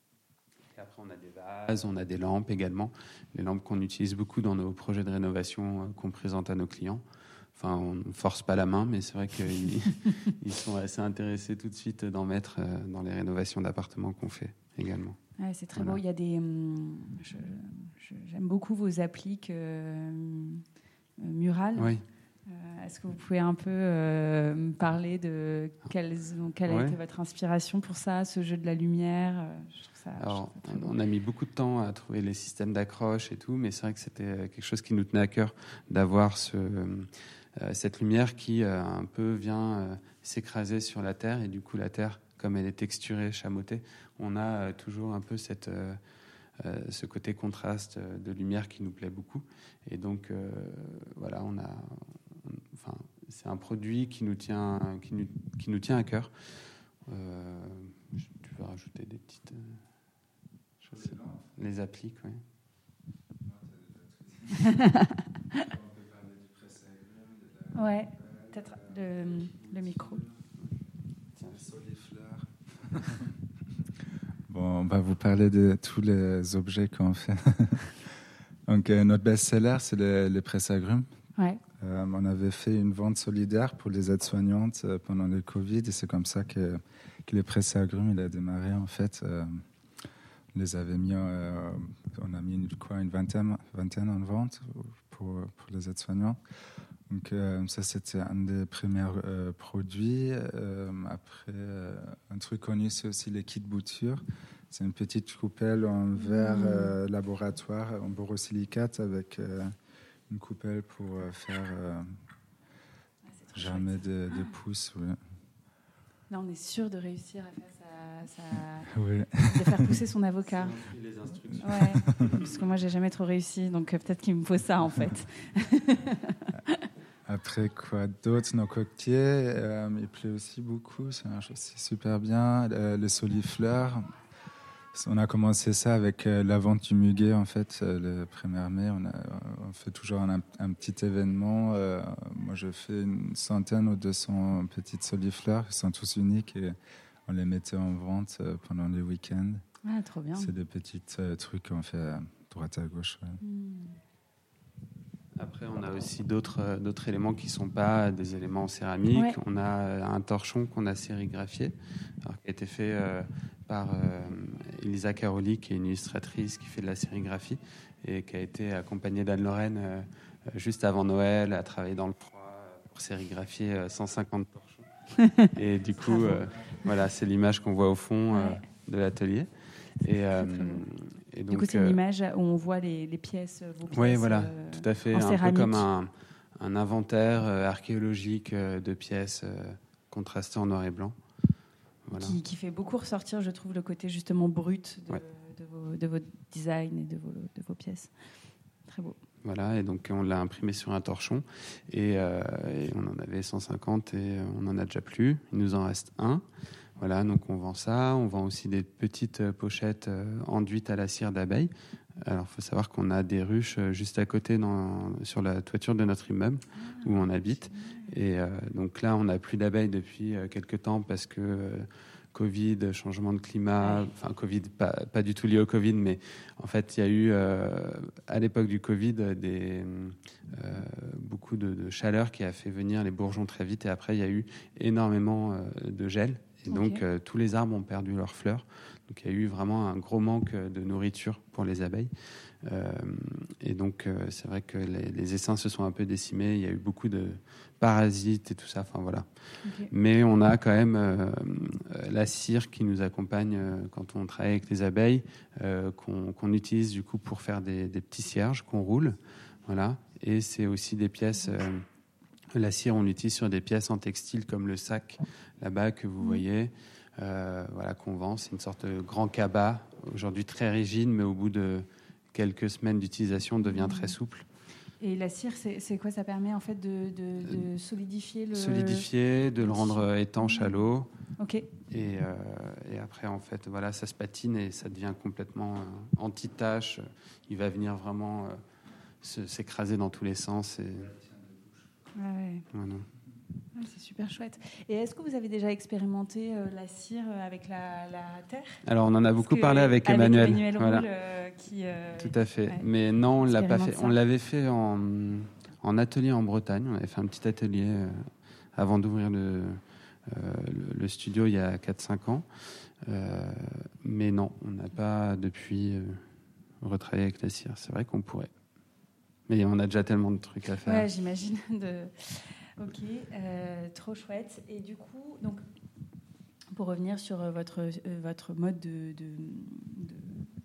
[SPEAKER 2] Et après, on a des vases, on a des lampes également. Les lampes qu'on utilise beaucoup dans nos projets de rénovation euh, qu'on présente à nos clients. Enfin, on ne force pas la main, mais c'est vrai qu'ils ils sont assez intéressés tout de suite d'en mettre euh, dans les rénovations d'appartements qu'on fait également.
[SPEAKER 1] Ouais, c'est très
[SPEAKER 2] voilà.
[SPEAKER 1] beau. Il y a des, hum, je, je, j'aime beaucoup vos appliques euh, murales.
[SPEAKER 2] Oui.
[SPEAKER 1] Euh, est-ce que vous pouvez un peu euh, me parler de quelles, quelle
[SPEAKER 2] ouais.
[SPEAKER 1] a été votre inspiration pour ça, ce jeu de la lumière ? Je trouve ça,
[SPEAKER 2] Alors,
[SPEAKER 1] je trouve ça
[SPEAKER 2] on a mis beaucoup de temps à trouver les systèmes d'accroche et tout, mais c'est vrai que c'était quelque chose qui nous tenait à cœur d'avoir ce, euh, cette lumière qui euh, un peu vient euh, s'écraser sur la terre, et du coup la terre, comme elle est texturée, chamottée, on a euh, toujours un peu cette, euh, euh, ce côté contraste de lumière qui nous plaît beaucoup. Et donc euh, voilà, on a, on, enfin, c'est un produit qui nous tient, qui nous, qui nous tient à cœur. Euh, tu veux rajouter des petites euh, choses, les appliques, oui.
[SPEAKER 1] Ouais, peut-être le, le micro.
[SPEAKER 3] Bon, on va vous parler de tous les objets qu'on fait. Donc, euh, notre best-seller, c'est les, les presse-agrumes.
[SPEAKER 1] Ouais.
[SPEAKER 3] Euh, on avait fait une vente solidaire pour les aides-soignantes euh, pendant le Covid, et c'est comme ça que, que les presse-agrumes il a démarré, en fait. Euh, on les avait mis, euh, on a mis une, quoi, une vingtaine, vingtaine en vente pour, pour les aides-soignants. Donc, euh, ça, c'était un des premiers euh, produits. Euh, après, euh, un truc connu, c'est aussi les kits bouture. C'est une petite coupelle en verre euh, laboratoire, en borosilicate, avec euh, une coupelle pour euh, faire euh,
[SPEAKER 1] Ah, c'est trop
[SPEAKER 3] jamais
[SPEAKER 1] chouette.
[SPEAKER 3] de, de pouces. Ouais.
[SPEAKER 1] Là, on est sûr de réussir à faire sa, sa-
[SPEAKER 3] Oui.
[SPEAKER 1] de faire pousser son avocat.
[SPEAKER 2] Les instructions.
[SPEAKER 1] Ouais, parce que moi, j'ai jamais trop réussi, donc euh, peut-être qu'il me faut ça en fait.
[SPEAKER 3] Après, quoi d'autre? Nos coquetiers, euh, il plaît aussi beaucoup, ça marche aussi super bien. Euh, les solifleurs, on a commencé ça avec euh, la vente du muguet, en fait, euh, le premier mai. On, a, on fait toujours un, un petit événement. Euh, moi, je fais une centaine ou deux cents petites solifleurs, qui sont tous uniques, et on les mettait en vente euh, pendant les week-ends.
[SPEAKER 1] Ah, trop bien.
[SPEAKER 3] C'est des petits euh, trucs qu'on fait à droite à gauche. Ouais.
[SPEAKER 1] Hmm.
[SPEAKER 2] Après, on a aussi d'autres euh, d'autres éléments qui ne sont pas des éléments céramiques.
[SPEAKER 1] Ouais.
[SPEAKER 2] On a euh, un torchon qu'on a sérigraphié, alors, qui a été fait euh, par euh, Elisa Caroli, qui est une illustratrice qui fait de la sérigraphie et qui a été accompagnée d'Anne-Lorraine euh, juste avant Noël, à travailler dans le froid pour sérigraphier euh, cent cinquante torchons. Et du coup, euh, voilà, c'est l'image qu'on voit au fond euh,
[SPEAKER 1] Ouais.
[SPEAKER 2] de l'atelier. Et, euh,
[SPEAKER 1] Très, très beau.
[SPEAKER 2] et
[SPEAKER 1] Du
[SPEAKER 2] donc,
[SPEAKER 1] coup, c'est
[SPEAKER 2] euh,
[SPEAKER 1] une image où on voit les, les pièces, vos pièces.
[SPEAKER 2] oui, voilà,
[SPEAKER 1] euh,
[SPEAKER 2] tout à fait.
[SPEAKER 1] en
[SPEAKER 2] Un peu
[SPEAKER 1] céramique.
[SPEAKER 2] comme un, un inventaire euh, archéologique euh, de pièces euh, contrastées en noir et blanc. Voilà.
[SPEAKER 1] Qui, qui fait beaucoup ressortir, je trouve, le côté justement brut de,
[SPEAKER 2] Ouais.
[SPEAKER 1] de, vos, de votre design et de vos, de vos pièces. Très beau.
[SPEAKER 2] Voilà, et donc on l'a imprimé sur un torchon et, euh, et on en avait cent cinquante et on n'en a déjà plus. Il nous en reste un. Voilà, donc on vend ça. On vend aussi des petites pochettes euh, enduites à la cire d'abeille. Alors, il faut savoir qu'on a des ruches juste à côté dans, sur la toiture de notre immeuble
[SPEAKER 1] Ah,
[SPEAKER 2] où on habite. Et euh, donc là, on n'a plus d'abeilles depuis euh, quelques temps parce que euh, Covid, changement de climat,
[SPEAKER 1] Ouais.
[SPEAKER 2] enfin Covid, pas, pas du tout lié au Covid, mais en fait, il y a eu, euh, à l'époque du Covid, des, euh, beaucoup de, de chaleur qui a fait venir les bourgeons très vite. Et après, il y a eu énormément euh, de gel. Et
[SPEAKER 1] Ok.
[SPEAKER 2] donc, euh, tous les arbres ont perdu leurs fleurs. Donc, il y a eu vraiment un gros manque de nourriture pour les abeilles. Euh, et donc, euh, c'est vrai que les, les essaims se sont un peu décimés. Il y a eu beaucoup de parasites et tout ça. Enfin, voilà.
[SPEAKER 1] Ok.
[SPEAKER 2] Mais on a quand même euh, la cire qui nous accompagne euh, quand on travaille avec les abeilles, euh, qu'on, qu'on utilise du coup pour faire des, des petits cierges qu'on roule. Voilà. Et c'est aussi des pièces... Euh, la cire, on l'utilise sur des pièces en textile comme le sac là-bas que vous voyez, euh, voilà, qu'on vend. C'est une sorte de grand cabas, aujourd'hui très rigide, mais au bout de quelques semaines d'utilisation, devient très souple.
[SPEAKER 1] Et la cire, c'est, c'est quoi? Ça permet en fait de, de, de solidifier le...
[SPEAKER 2] Solidifier, de le rendre étanche à l'eau.
[SPEAKER 1] Ok.
[SPEAKER 2] Et, euh, et après, en fait, voilà, ça se patine et ça devient complètement euh, anti-tache. Il va venir vraiment euh, se, s'écraser dans tous les sens. Et...
[SPEAKER 1] Ouais, ouais.
[SPEAKER 2] Voilà.
[SPEAKER 1] Ouais, c'est super chouette. Et est-ce que vous avez déjà expérimenté euh, la cire avec la, la terre?
[SPEAKER 2] Alors, on en a
[SPEAKER 1] Parce
[SPEAKER 2] beaucoup
[SPEAKER 1] que
[SPEAKER 2] parlé avec Emmanuel.
[SPEAKER 1] Emmanuel
[SPEAKER 2] Voilà.
[SPEAKER 1] Roule, euh, qui, euh,
[SPEAKER 2] Tout à fait.
[SPEAKER 1] ouais.
[SPEAKER 2] Mais non, on l'a pas
[SPEAKER 1] Expérimente
[SPEAKER 2] fait.
[SPEAKER 1] ça.
[SPEAKER 2] On l'avait fait en, en atelier en Bretagne. On avait fait un petit atelier euh, avant d'ouvrir le, euh, le, le studio il y a quatre cinq ans. Euh, mais non, on n'a pas depuis euh, retravaillé avec la cire. C'est vrai qu'on pourrait. Mais on a déjà tellement de trucs à faire.
[SPEAKER 1] Ouais, j'imagine. De... Ok, euh, trop chouette. Et du coup, donc, pour revenir sur euh, votre, euh, votre mode de, de, de,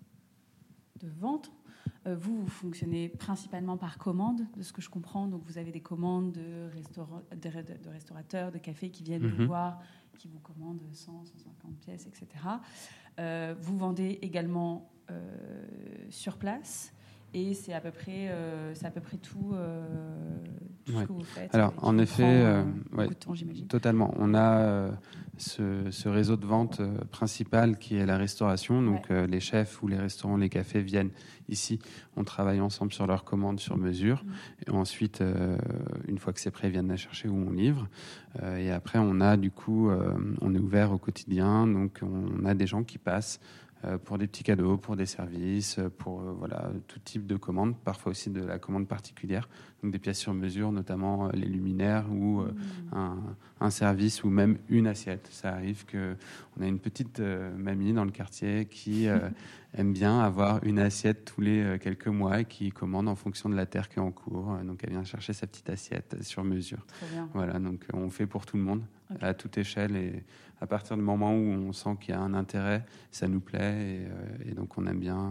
[SPEAKER 1] de vente, euh, vous, vous fonctionnez principalement par commande, de ce que je comprends. Donc, vous avez des commandes de, restaurant, de, de restaurateurs, de cafés qui viennent
[SPEAKER 2] Mhm.
[SPEAKER 1] vous voir, qui vous commandent cent, cent cinquante pièces, et cetera. Euh, vous vendez également euh, sur place. Et c'est à peu près, euh, c'est à peu près tout, euh, tout
[SPEAKER 2] Ouais.
[SPEAKER 1] ce que vous faites.
[SPEAKER 2] Alors,
[SPEAKER 1] et qui
[SPEAKER 2] en
[SPEAKER 1] vous
[SPEAKER 2] effet,
[SPEAKER 1] prend, euh,
[SPEAKER 2] euh,
[SPEAKER 1] beaucoup
[SPEAKER 2] ouais.
[SPEAKER 1] de temps, j'imagine.
[SPEAKER 2] Totalement. On a euh, ce, ce réseau de vente euh, principal qui est la restauration. Donc,
[SPEAKER 1] Ouais.
[SPEAKER 2] euh, les chefs ou les restaurants, les cafés viennent ici. On travaille ensemble sur leurs commandes sur mesure.
[SPEAKER 1] Mmh.
[SPEAKER 2] Et ensuite, euh, une fois que c'est prêt, ils viennent la chercher où on livre. Euh, et après, on a du coup, euh, on est ouvert au quotidien. Donc, on a des gens qui passent euh, pour des petits cadeaux, pour des services, pour euh, voilà, tout type de commandes. Parfois aussi de la commande particulière. Donc, des pièces sur mesure, notamment euh, les luminaires ou euh,
[SPEAKER 1] Mmh.
[SPEAKER 2] un, un service ou même une assiette. Ça arrive qu'on a une petite euh, mamie dans le quartier qui euh, aime bien avoir une assiette tous les euh, quelques mois et qui commande en fonction de la terre qui est en cours. Euh, Donc elle vient chercher sa petite assiette sur mesure.
[SPEAKER 1] Trop bien.
[SPEAKER 2] Voilà, donc euh, on fait pour tout le monde,
[SPEAKER 1] Ok.
[SPEAKER 2] à toute échelle. Et à partir du moment où on sent qu'il y a un intérêt, ça nous plaît. Et, euh, et donc on aime bien euh,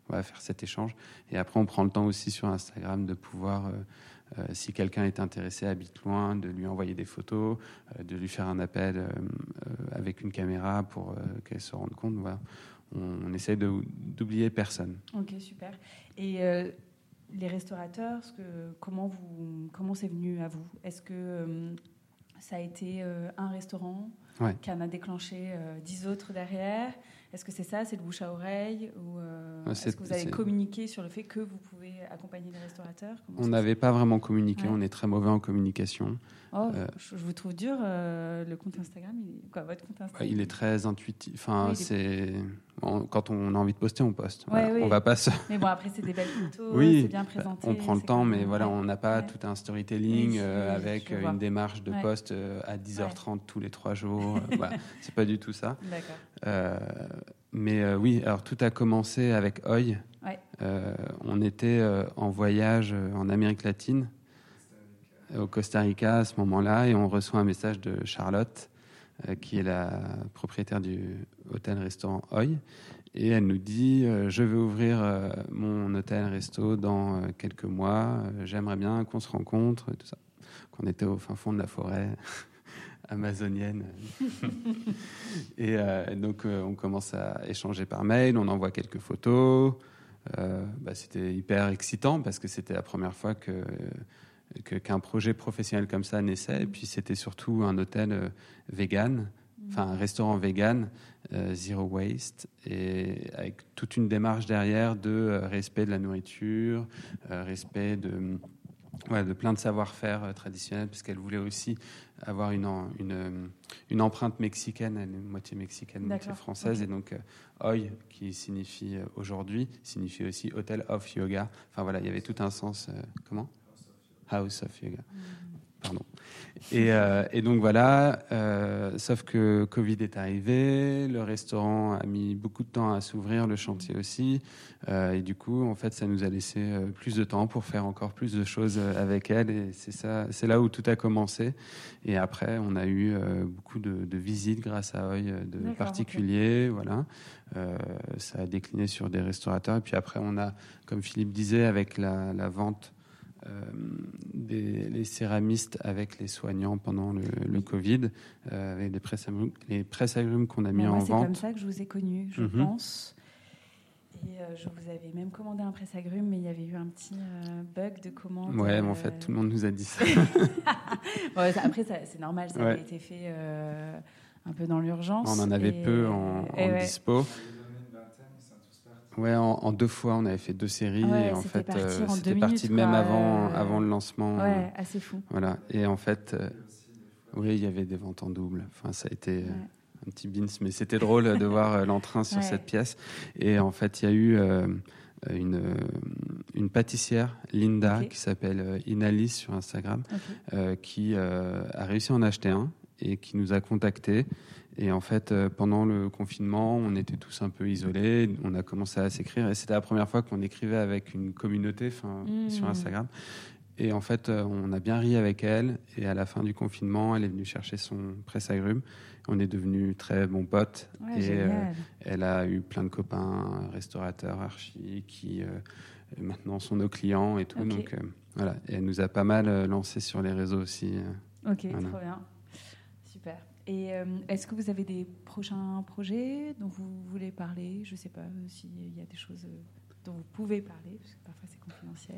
[SPEAKER 2] voilà, faire cet échange. Et après, on prend le temps aussi sur Instagram de pouvoir, euh, euh, si quelqu'un est intéressé, habite loin, de lui envoyer des photos, euh, de lui faire un appel euh, euh, avec une caméra pour euh, qu'elle se rende compte. Voilà. On, on essaie de, d'oublier personne.
[SPEAKER 1] Ok, super. Et euh, les restaurateurs, ce que, comment, vous, comment c'est venu à vous? Est-ce que euh, ça a été euh, un restaurant
[SPEAKER 2] ouais.
[SPEAKER 1] qui en a déclenché euh, dix autres derrière? Est-ce que c'est ça, c'est le bouche à oreille ou euh,
[SPEAKER 2] ouais,
[SPEAKER 1] est-ce que vous avez
[SPEAKER 2] c'est...
[SPEAKER 1] communiqué sur le fait que vous pouvez accompagner les restaurateurs? Comment
[SPEAKER 2] On n'avait pas vraiment communiqué,
[SPEAKER 1] ouais.
[SPEAKER 2] on est très mauvais en communication.
[SPEAKER 1] Oh,
[SPEAKER 2] euh,
[SPEAKER 1] je vous trouve dur. Euh, le compte Instagram, il est... quoi, votre compte Instagram?
[SPEAKER 2] Il est très intuitif. Enfin,
[SPEAKER 1] oui,
[SPEAKER 2] c'est
[SPEAKER 1] est...
[SPEAKER 2] on, quand on a envie de poster, on poste.
[SPEAKER 1] Ouais,
[SPEAKER 2] voilà.
[SPEAKER 1] oui.
[SPEAKER 2] On va pas se...
[SPEAKER 1] Mais bon, après c'est des belles photos,
[SPEAKER 2] oui,
[SPEAKER 1] c'est bien présenté.
[SPEAKER 2] On prend le temps, mais
[SPEAKER 1] même...
[SPEAKER 2] voilà,
[SPEAKER 1] ouais.
[SPEAKER 2] on n'a pas
[SPEAKER 1] ouais.
[SPEAKER 2] tout un storytelling
[SPEAKER 1] oui,
[SPEAKER 2] euh,
[SPEAKER 1] oui,
[SPEAKER 2] avec une vois. démarche de
[SPEAKER 1] ouais.
[SPEAKER 2] post euh, à dix heures trente ouais. tous les trois jours. euh, voilà. C'est pas du tout ça.
[SPEAKER 1] D'accord.
[SPEAKER 2] Euh, mais euh, oui, alors tout a commencé avec Oi.
[SPEAKER 1] Ouais.
[SPEAKER 2] Euh, on était euh, en voyage euh, en Amérique latine, au Costa Rica à ce moment-là, et on reçoit un message de Charlotte, euh, qui est la propriétaire du hôtel-restaurant Oi, et elle nous dit euh, je veux ouvrir euh, mon hôtel-resto dans euh, quelques mois, euh, j'aimerais bien qu'on se rencontre, et tout ça. Qu'on était au fin fond de la forêt amazonienne. et euh, donc euh, on commence à échanger par mail, on envoie quelques photos. Euh, bah, c'était hyper excitant parce que c'était la première fois que, que qu'un projet professionnel comme ça naissait. Et puis c'était surtout un hôtel euh, vegan, enfin un restaurant vegan, euh, zero waste, et avec toute une démarche derrière de euh, respect de la nourriture, euh, respect de Ouais, de plein de savoir-faire euh, traditionnels, puisqu'elle voulait aussi avoir une, une, une empreinte mexicaine, elle est moitié mexicaine, moitié française, okay. Et donc euh, Oi, qui signifie euh, aujourd'hui, signifie aussi Hotel of Yoga. Enfin voilà, il y avait tout un sens. Euh, comment ? House of Yoga. Mm. Pardon. Et, euh, et donc voilà, euh, sauf que Covid est arrivé, le restaurant a mis beaucoup de temps à s'ouvrir, le chantier aussi, euh, et du coup, en fait, ça nous a laissé euh, plus de temps pour faire encore plus de choses avec elle, et c'est ça, c'est là où tout a commencé. Et après, on a eu euh, beaucoup de, de visites grâce à Oi de D'accord, particuliers, okay. Voilà. Euh, ça a décliné sur des restaurateurs, et puis après, on a, comme Philippe disait, avec la, la vente. Euh, des, les céramistes avec les soignants pendant le, le Covid, euh, avec les presse-agrumes, les presse-agrumes qu'on a mis
[SPEAKER 1] moi,
[SPEAKER 2] en
[SPEAKER 1] c'est
[SPEAKER 2] vente.
[SPEAKER 1] C'est comme ça que je vous ai connu, je mm-hmm. pense. Et euh, je vous avais même commandé un presse-agrumes, mais il y avait eu un petit euh, bug de commande.
[SPEAKER 2] Ouais,
[SPEAKER 1] euh...
[SPEAKER 2] mais en fait, tout le monde nous a dit ça.
[SPEAKER 1] Bon, après, ça, c'est normal, ça ouais. avait été fait euh, un peu dans l'urgence.
[SPEAKER 2] On en avait et... peu en, en ouais. dispo. Ouais, en, en deux fois, on avait fait deux séries.
[SPEAKER 1] Ouais,
[SPEAKER 2] et en
[SPEAKER 1] c'était
[SPEAKER 2] fait,
[SPEAKER 1] parti,
[SPEAKER 2] euh,
[SPEAKER 1] en
[SPEAKER 2] c'était
[SPEAKER 1] deux
[SPEAKER 2] parti
[SPEAKER 1] minutes,
[SPEAKER 2] même
[SPEAKER 1] quoi.
[SPEAKER 2] avant,
[SPEAKER 1] Euh...
[SPEAKER 2] avant le lancement.
[SPEAKER 1] Ouais, assez fou.
[SPEAKER 2] Voilà. Et en fait, euh, oui, il y avait des ventes en double. Enfin, ça a été ouais. euh, un petit bins, mais c'était drôle de voir l'entrain sur ouais. cette pièce. Et en fait, il y a eu euh, une, une pâtissière, Linda, okay. qui s'appelle Inalis sur Instagram, okay. euh, qui euh, a réussi à en acheter un et qui nous a contactés. Et en fait, euh, pendant le confinement, on était tous un peu isolés. On a commencé à s'écrire. Et c'était la première fois qu'on écrivait avec une communauté mmh. sur Instagram. Et en fait, euh, on a bien ri avec elle. Et à la fin du confinement, elle est venue chercher son presse-agrumes. On est devenus très bons potes.
[SPEAKER 1] Ouais,
[SPEAKER 2] et euh, elle a eu plein de copains, restaurateurs, archi, qui euh, maintenant sont nos clients et tout. Okay. Donc euh, voilà. Et elle nous a pas mal euh, lancé sur les réseaux aussi.
[SPEAKER 1] Euh, ok, voilà. Trop bien. Super. Et euh, est-ce que vous avez des prochains projets dont vous voulez parler ? Je ne sais pas s'il y a des choses dont vous pouvez parler, parce que parfois c'est confidentiel.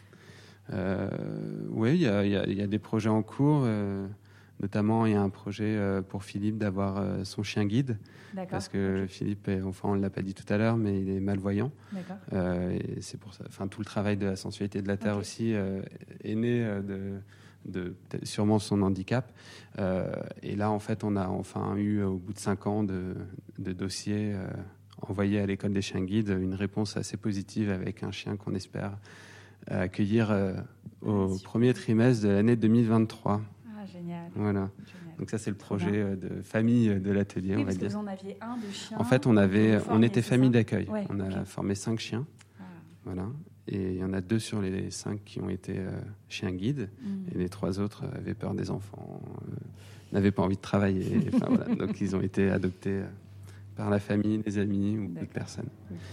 [SPEAKER 2] Euh, oui, il y, y, y a des projets en cours. Euh, notamment, il y a un projet euh, pour Philippe d'avoir euh, son chien guide. D'accord. Parce que okay. Philippe, est, enfin, on ne l'a pas dit tout à l'heure, mais il est malvoyant. D'accord. Euh, et c'est pour ça. Enfin, tout le travail de la sensualité de la Terre okay. aussi euh, est né euh, de... de sûrement son handicap. Euh, et là, en fait, on a enfin eu, au bout de cinq ans de, de dossiers euh, envoyés à l'école des chiens guides, une réponse assez positive avec un chien qu'on espère accueillir euh, au ah, premier trimestre de l'année deux mille vingt-trois.
[SPEAKER 1] Ah, génial.
[SPEAKER 2] Voilà.
[SPEAKER 1] Génial.
[SPEAKER 2] Donc ça, c'est le projet euh, de famille de l'atelier,
[SPEAKER 1] oui,
[SPEAKER 2] on va
[SPEAKER 1] parce
[SPEAKER 2] dire.
[SPEAKER 1] Que vous en aviez un de chien.
[SPEAKER 2] En fait, on, avait,
[SPEAKER 1] formez,
[SPEAKER 2] on était famille d'accueil.
[SPEAKER 1] Ouais,
[SPEAKER 2] on a
[SPEAKER 1] okay.
[SPEAKER 2] formé cinq chiens. Ah. Voilà. Et il y en a deux sur les cinq qui ont été euh, chiens guides. Mmh. Et les trois autres avaient peur des enfants, euh, n'avaient pas envie de travailler. Enfin, voilà. Donc, ils ont été adoptés euh, par la famille, les amis ou d'autres personnes. Okay.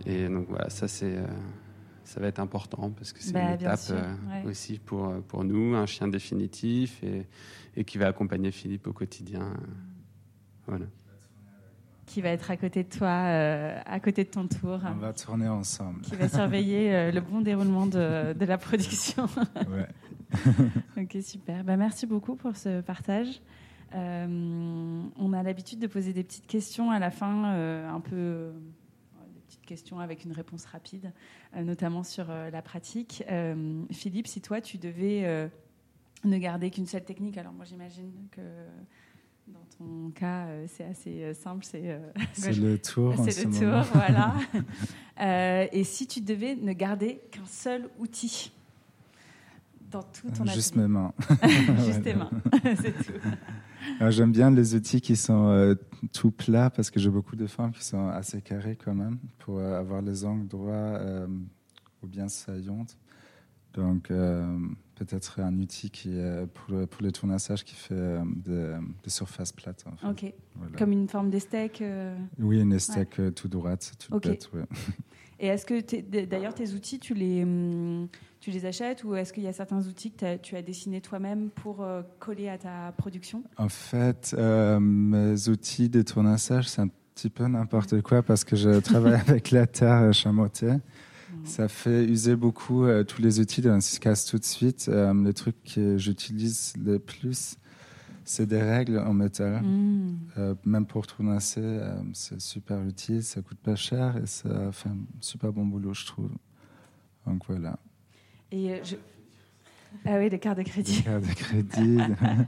[SPEAKER 2] Et donc voilà, ça c'est, euh, ça va être important parce que c'est
[SPEAKER 1] bah,
[SPEAKER 2] une étape
[SPEAKER 1] sûr,
[SPEAKER 2] euh,
[SPEAKER 1] ouais.
[SPEAKER 2] aussi pour, pour nous, un chien définitif et, et qui va accompagner Philippe au quotidien. Voilà.
[SPEAKER 1] Qui va être à côté de toi, euh, à côté de ton tour.
[SPEAKER 3] On va tourner ensemble.
[SPEAKER 1] Qui va surveiller euh, le bon déroulement de, de la production.
[SPEAKER 3] Ouais.
[SPEAKER 1] Ok, super. Bah, merci beaucoup pour ce partage. Euh, on a l'habitude de poser des petites questions à la fin, euh, un peu euh, des petites questions avec une réponse rapide, euh, notamment sur euh, la pratique. Euh, Philippe, si toi tu devais euh, ne garder qu'une seule technique, alors moi j'imagine que dans ton cas euh, c'est assez euh, simple, c'est, euh,
[SPEAKER 3] c'est le tour.
[SPEAKER 1] C'est
[SPEAKER 3] en
[SPEAKER 1] le
[SPEAKER 3] ce
[SPEAKER 1] tour,
[SPEAKER 3] moment.
[SPEAKER 1] voilà. euh, et si tu devais ne garder qu'un seul outil dans tout ton
[SPEAKER 3] Juste
[SPEAKER 1] atelier.
[SPEAKER 3] mes mains.
[SPEAKER 1] Juste tes mains, c'est tout.
[SPEAKER 3] Alors, j'aime bien les outils qui sont euh, tout plats parce que j'ai beaucoup de formes qui sont assez carrées quand même pour euh, avoir les angles droits euh, ou bien saillantes. Donc euh, peut-être un outil qui est pour, le, pour les tournassages qui fait euh, des, des surfaces plates. En fait.
[SPEAKER 1] Ok.
[SPEAKER 3] Voilà.
[SPEAKER 1] Comme une forme d'estèque. Euh...
[SPEAKER 3] Oui, une estèque ouais. tout droite, toute
[SPEAKER 1] okay.
[SPEAKER 3] bête. Ouais.
[SPEAKER 1] Et est-ce que t'es, d'ailleurs tes outils, tu les, hum, tu les achètes ou est-ce qu'il y a certains outils que tu as dessinés toi-même pour euh, coller à ta production ?
[SPEAKER 3] En fait, euh, mes outils de tournassage, c'est un petit peu n'importe quoi parce que je travaille avec la terre chamottée. Mmh. Ça fait user beaucoup euh, tous les outils, donc ça se casse tout de suite. Euh, les trucs que j'utilise le plus, c'est des règles en métal. Mmh. Euh, même pour tournasser, euh, c'est super utile, ça coûte pas cher et ça fait un super bon boulot, je trouve. Donc voilà.
[SPEAKER 1] Et euh, je... Ah oui, les cartes de crédit.
[SPEAKER 3] Les cartes de crédit.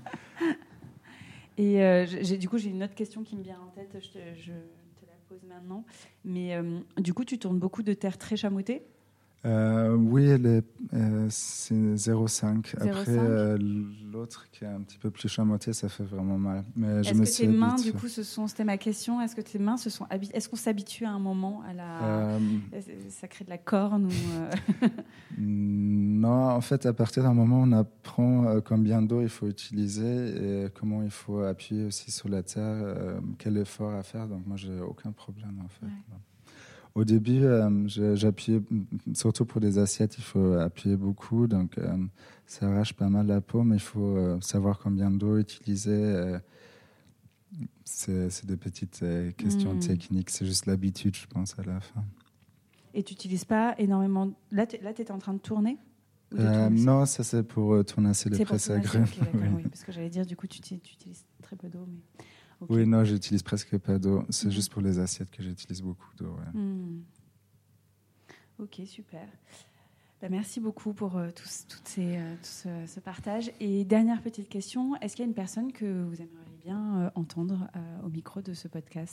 [SPEAKER 1] Et euh, j'ai, du coup, j'ai une autre question qui me vient en tête, je te, je te la pose maintenant. Mais euh, du coup, tu tournes beaucoup de terre très chamottée ?
[SPEAKER 3] Euh, oui, elle est, euh, c'est zéro virgule cinq.
[SPEAKER 1] zéro virgule cinq.
[SPEAKER 3] Après, euh, l'autre qui est un petit peu plus chamoté, ça fait vraiment mal. Mais
[SPEAKER 1] est-ce
[SPEAKER 3] je me
[SPEAKER 1] que
[SPEAKER 3] suis
[SPEAKER 1] tes mains,
[SPEAKER 3] habitué.
[SPEAKER 1] du coup, ce sont, c'était ma question, est-ce que tes mains se sont habi- est-ce qu'on s'habitue à un moment à la...
[SPEAKER 3] Euh,
[SPEAKER 1] ça crée de la corne ou... Euh...
[SPEAKER 3] non, en fait, à partir d'un moment, on apprend euh, combien d'eau il faut utiliser et comment il faut appuyer aussi sur la terre, euh, quel effort à faire. Donc moi, j'ai aucun problème, en fait. Ouais. Au début, euh, j'appuyais, surtout pour les assiettes, il faut appuyer beaucoup, donc euh, ça arrache pas mal la peau, mais il faut euh, savoir combien d'eau utiliser. Euh, c'est, c'est des petites euh, questions mmh. techniques, c'est juste l'habitude, je pense, à la fin.
[SPEAKER 1] Et tu n'utilises pas énormément... Là, tu étais en train de tourner ou de
[SPEAKER 3] euh,
[SPEAKER 1] tourner
[SPEAKER 3] Non, ça c'est pour euh, tournasser les presses agrumes.
[SPEAKER 1] Okay, oui. Oui, parce que j'allais dire, du coup, tu, tu utilises très peu d'eau, mais...
[SPEAKER 3] Okay. Oui, non, j'utilise presque pas d'eau. C'est mmh. juste pour les assiettes que j'utilise beaucoup d'eau. Ouais.
[SPEAKER 1] Mmh. Ok, super. Bah, merci beaucoup pour euh, tout, toutes ces, euh, tout ce, ce partage. Et dernière petite question, est-ce qu'il y a une personne que vous aimeriez bien euh, entendre euh, au micro de ce podcast ?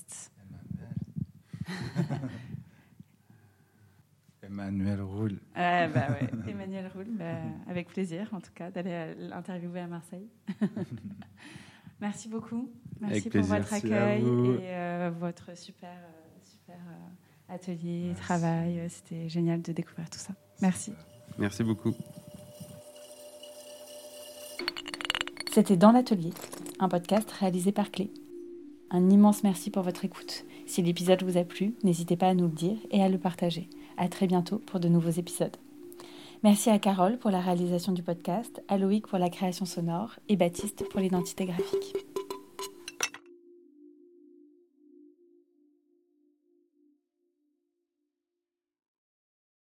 [SPEAKER 3] Emmanuel Roule.
[SPEAKER 1] Ah, bah ouais. Emmanuel Roule, bah, avec plaisir en tout cas d'aller l'interviewer à Marseille. Merci beaucoup. Merci
[SPEAKER 2] avec
[SPEAKER 1] pour
[SPEAKER 2] plaisir.
[SPEAKER 1] votre accueil et euh, votre super, euh, super euh, atelier, Merci. travail. C'était génial de découvrir tout ça. Merci.
[SPEAKER 2] Merci beaucoup.
[SPEAKER 1] C'était Dans l'Atelier, un podcast réalisé par Clé. Un immense merci pour votre écoute. Si l'épisode vous a plu, n'hésitez pas à nous le dire et à le partager. À très bientôt pour de nouveaux épisodes. Merci à Carole pour la réalisation du podcast, à Loïc pour la création sonore et Baptiste pour l'identité graphique.